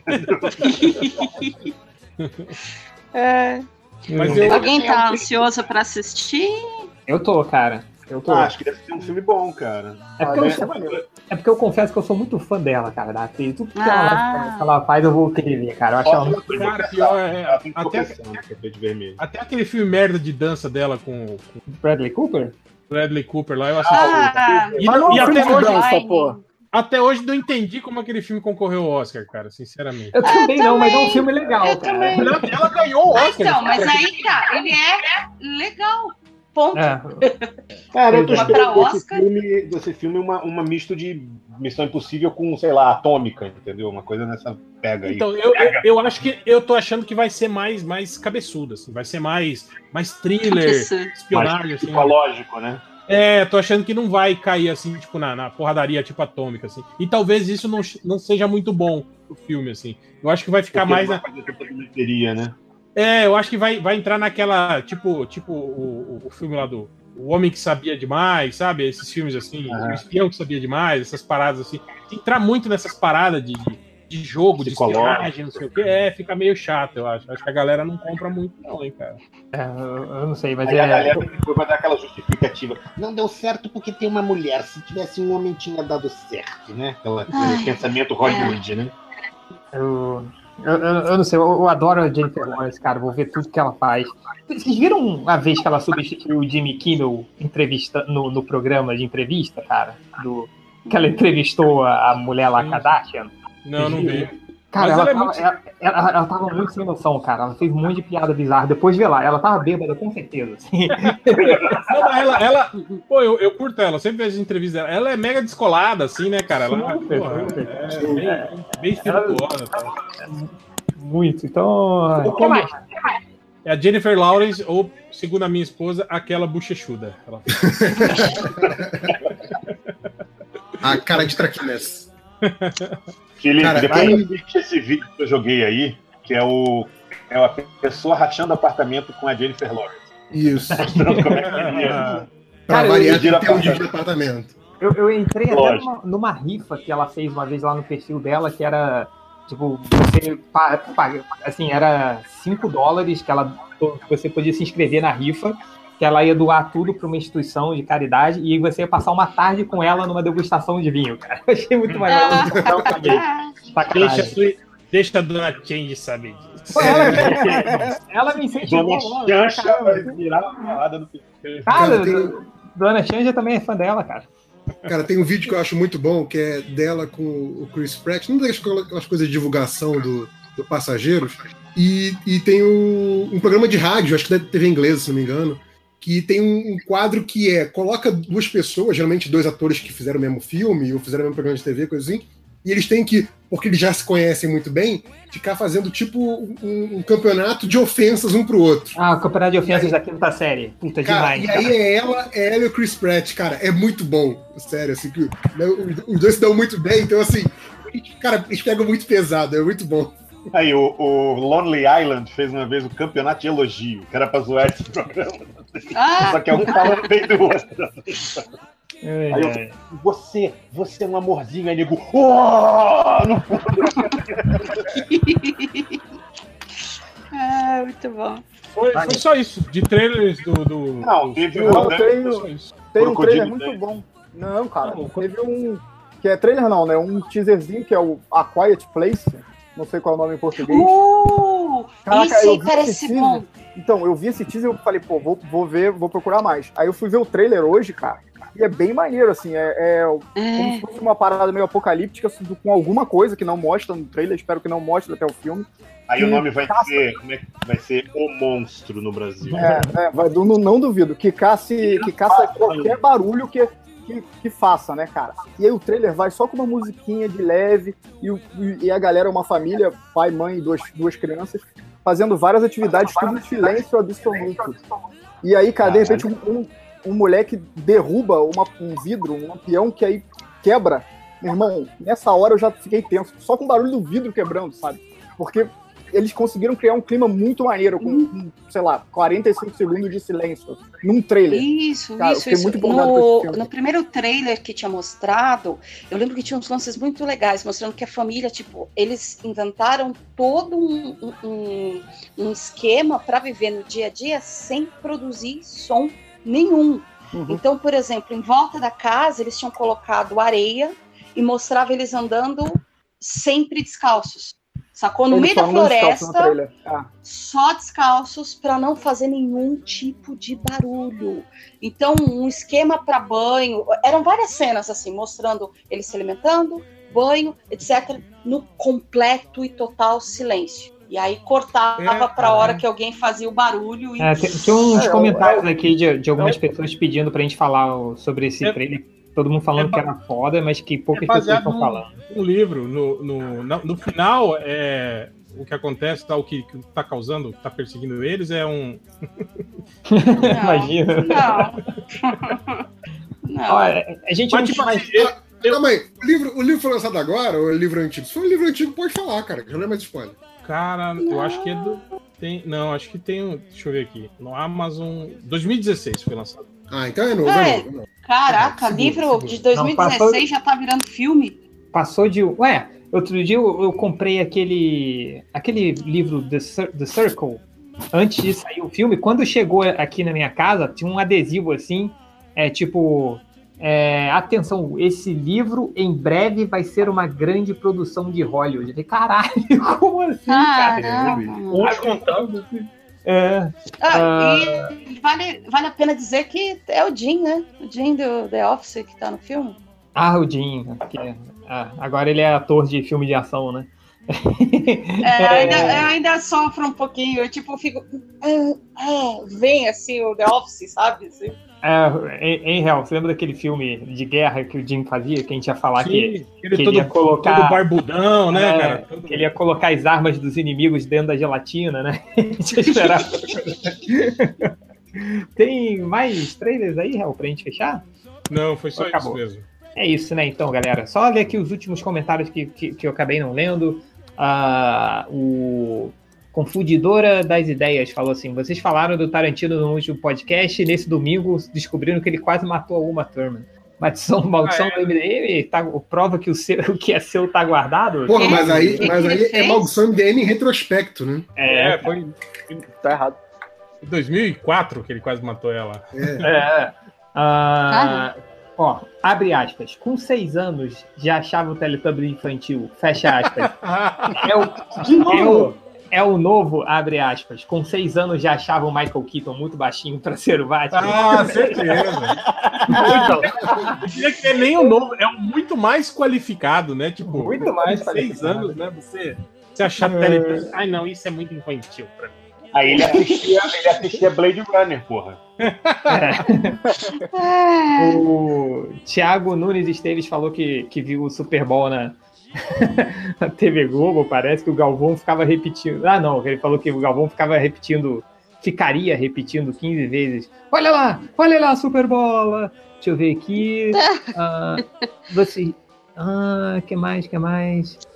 É. Mas eu, Alguém tá ansioso pra assistir? Eu tô, cara. Eu tô. Ah, acho que deve ser um filme bom, cara. é, porque Ah, eu deve ser sou, maneiro. é porque eu confesso que eu sou muito fã dela, cara, da atriz. Tudo que, Ah. ela, que ela faz, eu vou querer ver, cara. Eu acho ela muito. cara, pior é. Ela tem Até, tropeçando, tapete vermelho. até aquele filme merda de dança dela com com Bradley Cooper? Bradley Cooper lá, eu assisti. Ah, E, Mas não- não e é um até, filme de hoje, dança, pô. até hoje não entendi como aquele filme concorreu ao Oscar, cara, sinceramente. Eu também não, mas é um também. filme legal, Eu cara. também. Ela, ela ganhou o Ah, Oscar. então, mas aí tá, ele é legal. Ponto. É. Cara, eu tô Mas pra esperando desse Oscar? filme, desse filme uma, uma misto de Missão Impossível com, sei lá, Atômica, entendeu? Uma coisa nessa pega aí. Então, eu, eu, eu acho que eu tô achando que vai ser mais, mais cabeçudo, assim, vai ser mais, mais thriller, Isso. espionagem, mais assim. psicológico, né? É, tô achando que não vai cair assim, tipo, na, na porradaria tipo atômica, assim. E talvez isso não, não seja muito bom pro filme, assim. Eu acho que vai ficar Porque mais uma na. coisa tipo de bilheteria, né? É, eu acho que vai, vai entrar naquela, tipo, tipo o, o, o filme lá do O Homem que Sabia Demais, sabe? Esses filmes assim, Aham. O Espião que Sabia Demais, essas paradas assim. Entrar muito nessas paradas de, de, de jogo, de Psicológico. espionagem, não sei o que, é, fica meio chato, eu acho. Acho que a galera não compra muito, não, hein, cara. É, eu, eu não sei, mas Aí a é. galera depois vai dar aquela justificativa. Não deu certo porque tem uma mulher. Se tivesse um homem, tinha dado certo, né? Aquela, aquele Ai, pensamento Hollywood, né? Eu, eu, eu, eu não sei, eu, eu adoro a Jennifer Lawrence, cara. Vou ver tudo que ela faz. Vocês viram a vez que ela substituiu o Jimmy Kimmel entrevista, no, no programa de entrevista, cara? Do, que ela entrevistou a, a mulher lá, Kardashian? Não, não vi. Cara, Mas ela, ela é tava, muito- ela, ela, ela tava muito sem noção, cara. Ela fez um monte de piada bizarra. Depois vê lá, ela tava bêbada, com certeza. Assim. Não, mas ela, ela, pô, eu, eu curto ela, eu sempre vejo as entrevistas dela. Ela é mega descolada, assim, né, cara? Ela, Super, porra, super. é bem, bem espirituosa. Tá? Muito. Então. O que mais? É a Jennifer Lawrence, ou, segundo a minha esposa, aquela bochechuda. Ela... A cara de traquiness. Felipe, Cara, depois aí- eu vi esse vídeo que eu joguei aí, que é o é a pessoa rachando apartamento com a Jennifer Lawrence. Isso. Mostrando como é que seria. Pra Cara, eu variar, dividir tem um apartamento. de apartamento. Eu, eu entrei até Lógico. numa, numa rifa que ela fez uma vez lá no perfil dela, que era, tipo, você pa- paga, assim, era cinco dólares que ela, você podia se inscrever na rifa, que ela ia doar tudo para uma instituição de caridade e você ia passar uma tarde com ela numa degustação de vinho, cara. Eu achei muito mais Ah. legal. Então, paguei. Sacanagem. Deixa, a sua- deixa a dona Change saber disso. Pô, ela, ela me incentivou. Dona lá, Chancha caramba. vai virar uma parada no Cara, Cara, tem- Dona Chanja também é fã dela, cara. Cara, tem um vídeo que eu acho muito bom, que é dela com o Chris Pratt. Não deixa aquelas coisas de divulgação do, do Passageiros. E, e tem o- um programa de rádio, acho que da T V inglesa, se não me engano, que tem um, um quadro que é, coloca duas pessoas, geralmente dois atores que fizeram o mesmo filme ou fizeram o mesmo programa de T V, coisa assim, e eles têm que, porque eles já se conhecem muito bem, ficar fazendo tipo um, um campeonato de ofensas um pro outro. Ah, o campeonato de ofensas da quinta série. Puta, Cara, demais. e aí é ela, é ela e o Chris Pratt, cara, é muito bom, sério, assim, que, né, os, os dois se dão muito bem, então assim, cara, eles pegam muito pesado, é muito bom. Aí, o, o Lonely Island fez uma vez o campeonato de elogio, que era pra zoar esse programa. Ah. Só que é um falando bem do outro. É, Aí é. eu, você, você é um amorzinho, aí nego, oh! No fundo. Ah, muito bom. Foi, foi só isso, de trailers do. do Não, do- teve do- um- Não, foi tem, só isso. tem um Crocodilo trailer muito Dundee. bom. Não, cara, Não, teve um... Que é trailer não, né? Um teaserzinho que é o A Quiet Place. Não sei qual é o nome em português. Uh, Caraca, esse eu aí vi parece esse teaser. bom. Então, eu vi esse teaser e eu falei, pô, vou, vou ver, vou procurar mais. Aí eu fui ver o trailer hoje, cara, e é bem maneiro, assim, é, é como É. se fosse uma parada meio apocalíptica, assim, com alguma coisa que não mostra no trailer, espero que não mostre até o filme. Aí o Que nome vai caça- ser, como é que vai ser O Monstro no Brasil. É, é, vai, não, não duvido, que caça, que caça qualquer barulho que, que, que faça, né, cara? E aí o trailer vai só com uma musiquinha de leve, e, o- e a galera é uma família, pai, mãe e duas, duas crianças, fazendo várias atividades, tudo em silêncio absoluto. E aí, cara, de repente, um, um, um moleque derruba uma, um vidro, um lampião que aí quebra. Meu irmão, nessa hora eu já fiquei tenso, só com o barulho do vidro quebrando, sabe? Porque eles conseguiram criar um clima muito maneiro, com, com, sei lá, quarenta e cinco segundos de silêncio, num trailer. Isso, Cara, eu isso, fiquei isso. muito empolgado com esse No, filme. no primeiro trailer que tinha mostrado, eu lembro que tinha uns lances muito legais, mostrando que a família, tipo, eles inventaram todo um, um- um, um esquema para viver no dia a dia sem produzir som nenhum. Uhum. Então, por exemplo, em volta da casa, eles tinham colocado areia e mostrava eles andando sempre descalços. Sacou? No Eles meio da só não descalçam no floresta, trailer. Ah, só descalços para não fazer nenhum tipo de barulho. Então, um esquema para banho. Eram várias cenas assim, mostrando eles se alimentando, banho, etcétera, no completo e total silêncio. E aí cortava É, para a hora é. que alguém fazia o barulho. E... É, tem, tem uns É, comentários é, aqui de, de algumas pessoas pedindo pra gente falar o- sobre esse É- trailer. Todo mundo falando é ba- que era foda, mas que poucas É pessoas baseado estão num- falando. Um livro, no, no, na- no final, é, o que acontece, tá, o que, que tá causando, tá perseguindo eles, é um. Não, Imagina. Não. Não. Olha, a gente Mas, não tipo tinha assim, eu- eu- Calma aí, o livro, o livro foi lançado agora ou é livro antigo? Se for um livro antigo, pode falar, cara, que já não é mais spoiler. cara, eu acho que é do. Tem, não, acho que tem. um- Deixa eu ver aqui. No Amazon. dois mil e dezesseis foi lançado. Ah, então é novo, É. é novo. é novo. Caraca, Segura, livro segura. de dois mil e dezesseis já tá virando filme. Passou de. Ué, outro dia eu, eu comprei aquele. aquele livro The, Cir- The Circle. Antes de sair o filme, quando chegou aqui na minha casa, tinha um adesivo assim, é tipo. é, atenção, esse livro em breve vai ser uma grande produção de Hollywood. Eu falei, caralho, como assim, cara? Caramba. Uns contando. É, Ah, e vale, vale a pena dizer que é o Jim, né? O Jim do The Office que tá no filme. ah, o Jim, que, ah, agora ele é ator de filme de ação, né? É, eu, ainda, eu ainda sofro um pouquinho, eu tipo fico. É, é, vem assim o The Office, sabe? Assim. É, em, em real, você lembra daquele filme de guerra que o Jim fazia, que a gente ia falar que, Sim, ele que todo, ele ia colocar- todo barbudão, né, é, cara? Todo- que ele ia colocar as armas dos inimigos dentro da gelatina, né? A gente ia esperar. Tem mais trailers aí, Real, pra gente fechar? Não, foi só Acabou. isso mesmo. É isso, né? Então, galera, só ler aqui os últimos comentários que, que, que eu acabei não lendo. Ah, o Confundidora das Ideias falou assim: vocês falaram do Tarantino no último podcast e nesse domingo descobriram que ele quase matou a Uma Thurman. Maldição, maldição Ah, é. do M D M, tá, prova que o, seu, o que é seu tá guardado? Porra, mas aí, que mas que aí ele é fez? maldição M D M em retrospecto, né? É, foi tá errado. em dois mil e quatro que ele quase matou ela. É. É. Ah, ó, abre aspas. Com seis anos já achava o Teletubbies infantil. Fecha aspas. É o, De é o, é o novo, abre aspas. Com seis anos já achava o Michael Keaton muito baixinho para ser o Batman. Ah, certeza. Eu diria que é nem o novo, é o muito mais qualificado, né? Tipo, Muito mais com seis qualificado. anos, né? Você, você achar Teletubbies. Ai, não, isso é muito infantil pra mim. Aí ele assistia, ele assistia Blade Runner, porra. O Thiago Nunes Esteves falou que, que viu o Super Bowl na, na T V Globo. Parece que o Galvão ficava repetindo. Ah, não, ele falou que o Galvão ficava repetindo, ficaria repetindo quinze vezes. Olha lá, olha lá, Super Bola. Deixa eu ver aqui. Ah, você. Ah, que mais, que mais?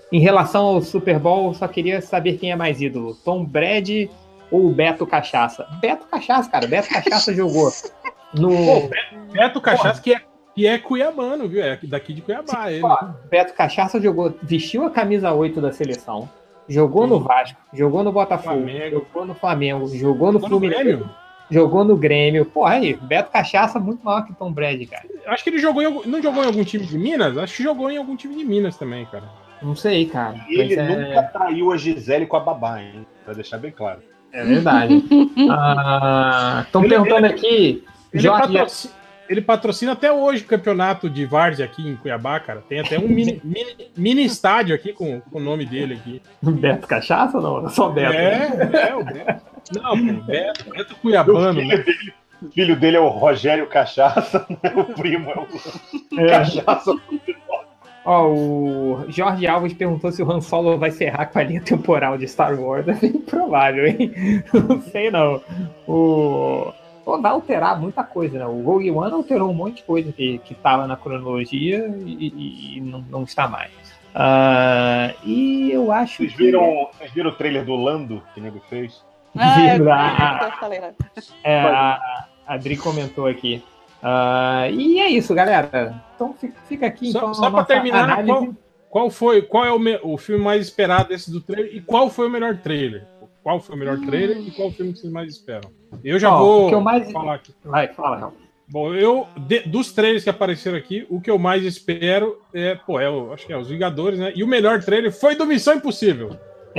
Em relação ao Super Bowl, só queria saber quem é mais ídolo, Tom Brady ou Beto Cachaça? Beto Cachaça, cara. Beto Cachaça jogou no... Pô, Beto Cachaça que é, que é cuiabano, viu? É daqui de Cuiabá. Ele. Pô, Beto Cachaça jogou, vestiu a camisa oito da seleção, jogou Sim. no Vasco, jogou no Botafogo, Flamengo. jogou no Flamengo, jogou no jogou Fluminense. No Jogou no Grêmio. Porra, aí, Beto Cachaça muito maior que Tom Brady, cara. Acho que ele jogou em, não jogou em algum time de Minas? Acho que jogou em algum time de Minas também, cara. Não sei, cara. E ele é... nunca traiu a Gisele com a babá, hein? Pra deixar bem claro. É verdade. Estão ah, perguntando aqui... Ele, Jorge... patrocina, ele patrocina até hoje o campeonato de várzea aqui em Cuiabá, cara. Tem até um mini, mini, mini estádio aqui com, com o nome dele aqui. Beto Cachaça ou não? Só Beto. É, né? é o Beto. Não, pô, Beto, Beto Cuiabano. O filho, dele, o filho dele é o Rogério Cachaça, né? O primo é o é. Cachaça. Ó, o Jorge Alves perguntou se o Han Solo vai ferrar com a linha temporal de Star Wars. É bem provável, hein? Não sei, não. O... Pô, vai alterar muita coisa, né? O Rogue One alterou um monte de coisa que, que tava na cronologia e, e, e não, não está mais. Uh, e eu acho vocês viram, que... Vocês viram o trailer do Lando que o nego fez? Ah, é, a, falei, né? é, a, a Adri comentou aqui. Uh, e é isso, galera. Então fica, fica aqui. Só, então, só para terminar, qual, qual foi qual é o, me, o filme mais esperado desse do trailer e qual foi o melhor trailer? Qual foi o melhor trailer hum. e qual filme que vocês mais esperam? Eu já oh, vou que eu mais... falar aqui. Vai, fala, não. Bom, eu, de, dos trailers que apareceram aqui, o que eu mais espero é, pô, é o, acho que é os Vingadores, né? E o melhor trailer foi do Missão Impossível.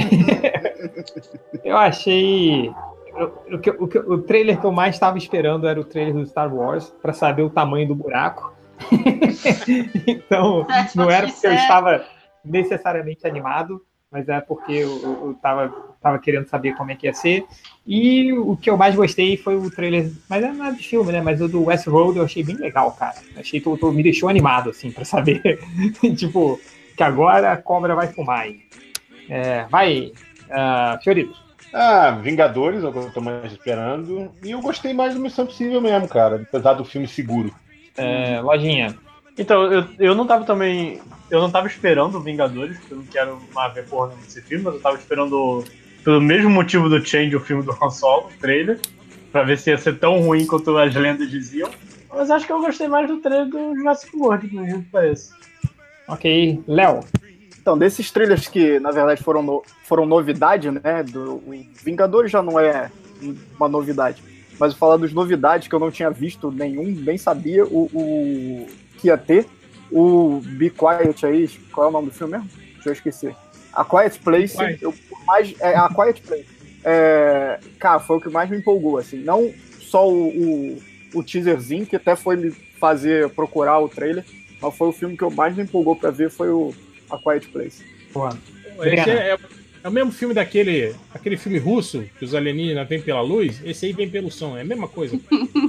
Eu achei... O, o, o, o trailer que eu mais estava esperando era o trailer do Star Wars, para saber o tamanho do buraco. Então, não era porque eu estava necessariamente animado, mas é porque eu estava tava querendo saber como é que ia ser. E o que eu mais gostei foi o trailer, mas é nada de filme, né? Mas o do Westworld eu achei bem legal, cara. Achei que me deixou animado, assim, para saber, tipo, que agora a cobra vai fumar, hein? É, vai, uh, Fiorito. Ah, Vingadores, é o que eu tô mais esperando. E eu gostei mais do Missão Impossível mesmo, cara. Apesar do filme seguro. É, Lojinha. Então, eu, eu não tava também... Eu não tava esperando Vingadores, porque eu não quero mais ver porra nesse filme, mas eu tava esperando, pelo mesmo motivo do Change, o filme do Han Solo, o trailer, pra ver se ia ser tão ruim quanto as lendas diziam. Mas acho que eu gostei mais do trailer do Jurassic World, do jeito que parece. Ok. Léo. Então, desses trailers que, na verdade, foram, no, foram novidade, né? Do, o Vingadores já não é uma novidade. Mas eu falar dos novidades que eu não tinha visto nenhum, nem sabia o, o que ia ter. O Be Quiet aí, qual é o nome do filme mesmo? Deixa eu esquecer. A Quiet Place. Eu, mais, é, a Quiet Place. É, cara, foi o que mais me empolgou, assim. Não só o, o, o teaserzinho, que até foi me fazer procurar o trailer, mas foi o filme que eu mais me empolgou pra ver, foi o A Quiet Place. Pô, esse é, é, é o mesmo filme daquele aquele filme russo, que os alienígenas vêm pela luz, esse aí vem pelo som, é a mesma coisa.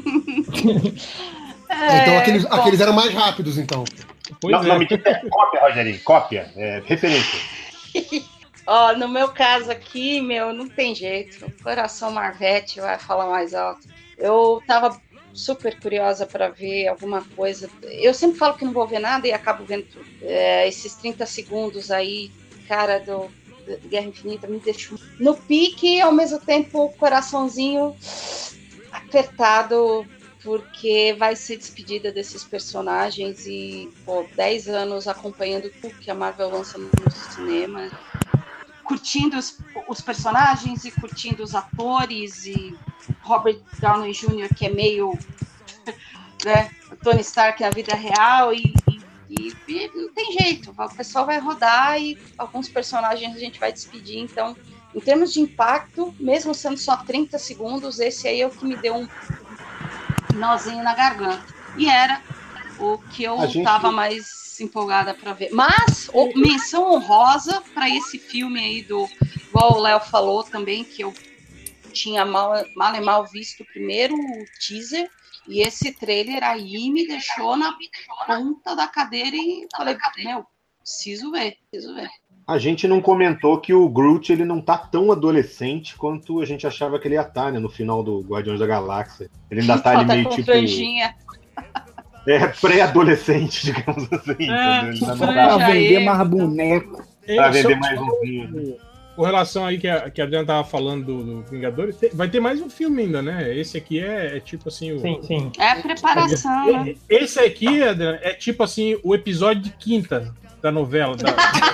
É, então aqueles, aqueles eram mais rápidos, então. Pois não, é. Não, me diga, é cópia, Rogerinho, cópia, é, referência. Ó, no meu caso aqui, meu, não tem jeito. O coração Marvete vai falar mais alto. Eu tava super curiosa para ver alguma coisa. Eu sempre falo que não vou ver nada e acabo vendo tudo. É, esses trinta segundos aí, cara, do, do Guerra Infinita me deixou no pique e ao mesmo tempo o coraçãozinho apertado, porque vai ser despedida desses personagens e, pô, dez anos acompanhando tudo que a Marvel lança no cinema, curtindo os, os personagens e curtindo os atores, e Robert Downey Júnior, que é meio né, Tony Stark na vida real, e, e, e não tem jeito, o pessoal vai rodar e alguns personagens a gente vai despedir, então, em termos de impacto, mesmo sendo só trinta segundos, esse aí é o que me deu um nozinho na garganta. E era o que eu gente... tava mais empolgada para ver. Mas, o, menção honrosa para esse filme aí do... Igual o Léo falou também, que eu tinha mal, mal e mal visto primeiro o teaser, e esse trailer aí me deixou na ponta da cadeira e falei, meu, preciso ver, preciso ver. A gente não comentou que o Groot, ele não tá tão adolescente quanto a gente achava que ele ia estar, né, no final do Guardiões da Galáxia. Ele ainda tá ali meio tipo... franjinha. É, pré-adolescente, digamos assim. É, pra vender mais boneco. Pra vender mais um filme. Com relação aí que a, que a Adriana tava falando do, do Vingadores, tem, vai ter mais um filme ainda, né? Esse aqui é, é tipo assim... O, sim, sim. É a preparação, né? Esse aqui, Adriana, é tipo assim, o episódio de quinta da novela. Da,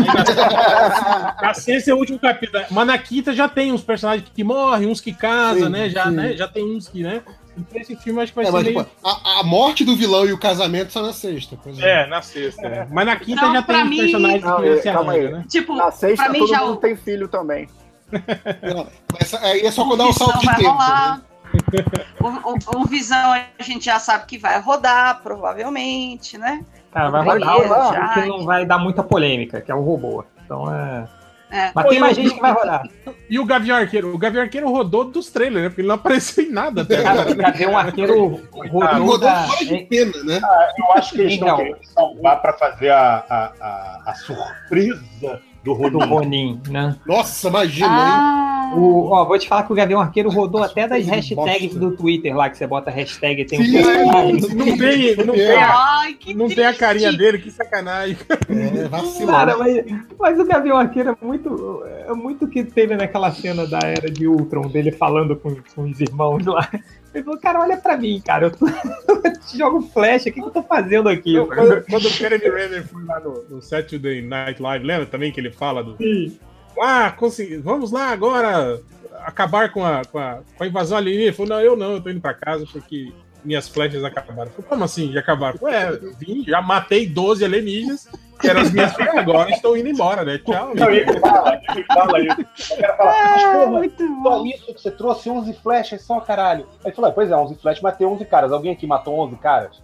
a sexta é o último capítulo. Mas na quinta já tem uns personagens que morrem, uns que casam, sim, né? Já, né? Já tem uns que, né? Então esse filme acho que vai é, ser mas, meio... tipo, a, a morte do vilão e o casamento são na sexta. É. é, na sexta. É. Mas na quinta não, já tem mim... personagens não, que se arranjam, né? Tipo, na sexta pra mim todo já... mundo tem filho também. Não, mas aí é só rodar um salto de tempo. Né? O, o, o Visão a gente já sabe que vai rodar, provavelmente, né? Cara, vai rodar, rodar o que não vai dar muita polêmica, que é o robô. Então é... É. Mas tem mais gente que vai rodar. E o Gavião Arqueiro? O Gavião Arqueiro rodou dos trailers, né? Porque ele não apareceu em nada até agora. O Gavião Arqueiro rodou, rodou fora de pena, né? Ah, eu acho que eles estão querendo salvar pra fazer a, a, a, a surpresa do Ronin. Do Ronin, né? Nossa, imagina, ah. hein? O, ó, vou te falar que o Gavião Arqueiro rodou até das hashtags do Twitter lá, que você bota hashtag e tem um personagem. Não tem, não tem, Ai, a, não tem a carinha dele, que sacanagem. É, vacilou. Cara, mas, mas o Gavião Arqueiro é muito, é muito que teve naquela cena da Era de Ultron, dele falando com, com os irmãos lá. Ele falou, cara, olha pra mim, cara, eu, tô, eu te jogo flecha, o que, que eu tô fazendo aqui? Eu, quando, quando o Jeremy Renner foi lá no, no Saturday Night Live, lembra também que ele fala do... Sim. Ah, consegui, vamos lá agora acabar com a, com a, com a invasão alienígena. Ele falou, não, eu não, eu tô indo pra casa porque minhas flechas acabaram. Eu falei, como assim, já acabaram? Ué, vim, já matei doze alienígenas, que eram as minhas flechas, agora estou indo embora, né? Tchau. Não, ele fala, ele fala isso. Eu quero falar, mas porra, só isso que você trouxe onze flechas só, caralho. Aí ele falou, pois é, onze flechas, matei onze caras. Alguém aqui matou onze caras?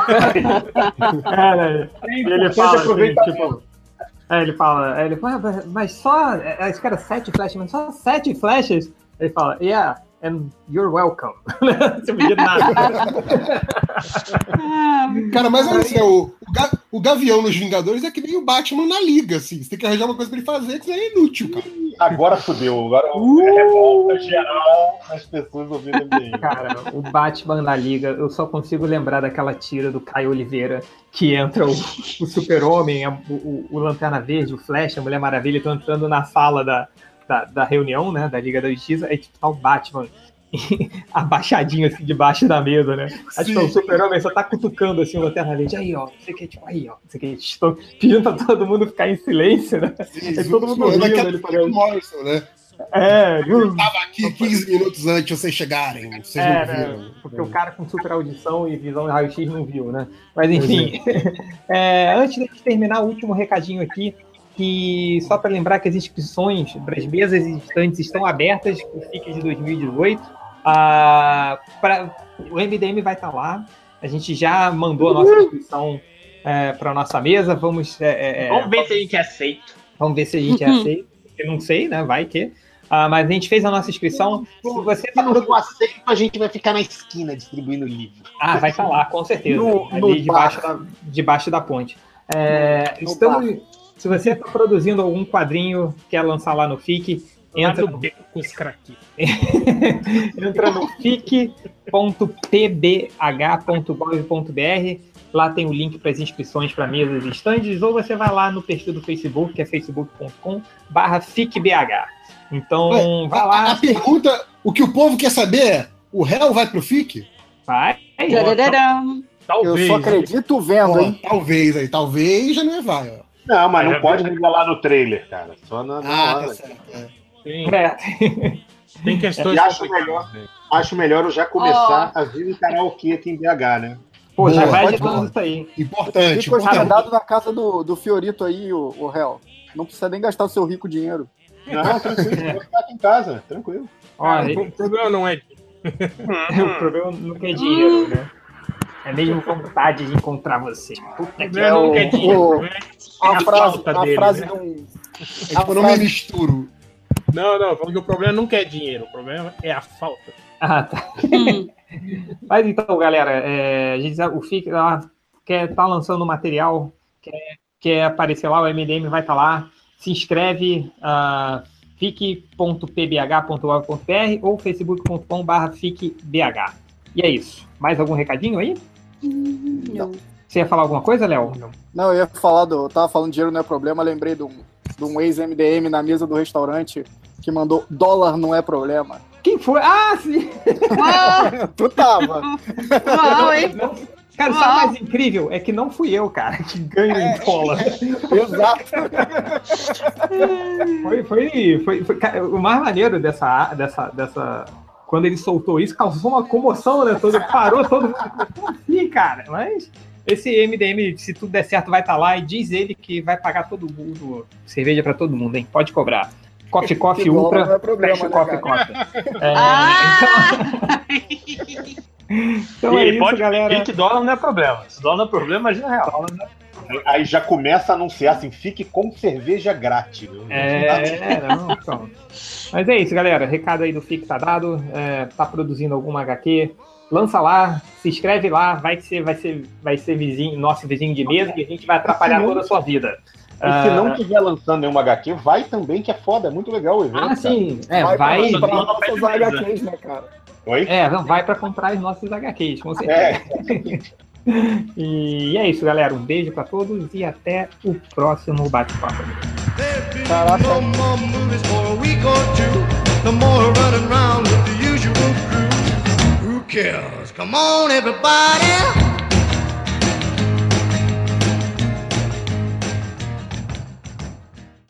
Cara, ele fala assim, tipo... Aí ele fala, aí ele fala, mas só, acho que era sete flechas, mas só sete flechas? Ele fala, yeah, and you're welcome. Você me diz nada. Cara, mas olha assim, o, o, Ga, o Gavião nos Vingadores é que nem o Batman na Liga, assim. Você tem que arranjar uma coisa pra ele fazer, que isso é inútil, cara. Agora fudeu, agora uh! é revolta geral as pessoas ouvindo bem. Cara, o Batman na Liga, eu só consigo lembrar daquela tira do Caio Oliveira, que entra o, o Super-Homem, o, o, o Lanterna Verde, o Flash, a Mulher Maravilha, estão entrando na sala da, da, da reunião, né, da Liga da Justiça, aí tipo, tá o Batman abaixadinho assim debaixo da mesa, né? Aí tipo, o Super-Homem só tá cutucando assim o Lanterna Verde, aí ó, não sei o que, tipo, aí ó, não sei o que, estou pedindo pra todo mundo ficar em silêncio, né? Sim, aí todo mundo ouvindo ele falando. Morrison, né? É, eu tava aqui quinze minutos antes de vocês chegarem. Vocês é, não viram. Né? Porque é. O cara com super audição e visão de raio-x não viu, né? Mas enfim, é, antes de terminar, o último recadinho aqui, que só para lembrar que as inscrições para as mesas existentes estão abertas para o F I C de dois mil e dezoito. Ah, pra, o M D M vai estar lá. A gente já mandou a nossa inscrição é, para a nossa mesa. Vamos, é, é, vamos ver se a gente aceita. Vamos ver se a gente aceita. Eu não sei, né? Vai que. Ah, mas a gente fez a nossa inscrição. Se você tá não produ... aceito, a gente vai ficar na esquina distribuindo livro. Ah, vai estar lá, com certeza. No, ali no debaixo, da, debaixo da ponte. É, estamos, se você está produzindo algum quadrinho, quer lançar lá no F I C, entra no, entra no fic ponto p b h ponto gov ponto b r. Lá tem o link para as inscrições para mesas e estandes, ou você vai lá no perfil do Facebook, que é facebook ponto com barra ficbh. Então, Ué, vai lá. A, a pergunta, o que o povo quer saber é, o réu vai pro F I C? Vai. Talvez. Eu só acredito vendo, ó, hein? Talvez, aí. Talvez já não é vai, ó. Não, mas não é, pode revelar no trailer, cara. Só na, na ah, hora. Tá certo, é. Sim. É. Tem questões é, acho melhor, acho melhor eu já começar oh. a vir em karaokê aqui em B H, né? Pô, já vai editando isso aí. Importante. Fica hospedado na casa do, do Fiorito aí, o, o réu. Não precisa nem gastar o seu rico dinheiro. Não, tranquilo, vou ficar aqui em casa, tranquilo. Olha, ah, o problema não é. O problema não é dinheiro, né? É mesmo vontade de encontrar você. Puta que é não quer dinheiro. O, é a, a frase, a dele, frase né? de um. É tipo, não me misturo. Não, não, falando que o problema nunca é dinheiro, o problema é a falta. Ah, tá. Mas então, galera, é, a gente, o F I C ela quer tá lançando material, quer, quer aparecer lá, o M D M vai estar tá lá. Se inscreve a uh, fic ponto p b h ponto gov ponto b r ou facebook ponto com barra ficbh. E é isso. Mais algum recadinho aí? Não. Você ia falar alguma coisa, Léo? Não. Não, eu ia falar do. Eu tava falando dinheiro não é problema, lembrei de um, de um ex-M D M na mesa do restaurante que mandou dólar não é problema. Quem foi? Ah, sim! Tu tava. Uau, hein? Cara, sabe o mais incrível? É que não fui eu, cara, que ganho em dólar. Exato. Foi, foi, foi, foi cara, o mais maneiro dessa, dessa, dessa... Quando ele soltou isso, causou uma comoção, né? Todo, parou todo mundo. Como assim, cara? Mas esse M D M, se tudo der certo, vai estar lá e diz ele que vai pagar todo mundo cerveja pra todo mundo, hein? Pode cobrar. Coffee, coffee, Que ultra. não é problema, fecha, né, coffee, cara? coffee. É, Ah! então é e isso, pode galera. pedir que dólar não é problema. Se dólar não é problema, imagina real. Aí já começa a anunciar assim, fique com cerveja grátis. Viu? É, não, então. Mas é isso, galera. Recado aí do F I C tá dado. É, tá produzindo alguma H Q. Lança lá, se inscreve lá, vai que você vai ser, vai ser vizinho, nosso vizinho de mesa e a gente vai atrapalhar toda a sua vida. E se não estiver lançando nenhuma H Q, vai também, que é foda, é muito legal o evento. Ah, sim. É, Vai, vai. pra nossas H Qs, né, cara? Oi? É, não, vai pra comprar as nossas H Qs, com certeza. É. E é isso, galera. Um beijo pra todos e até o próximo bate-papo. Caraca. No more movies for a week or two. No more running around with the usual crew. Who cares? Come on, everybody.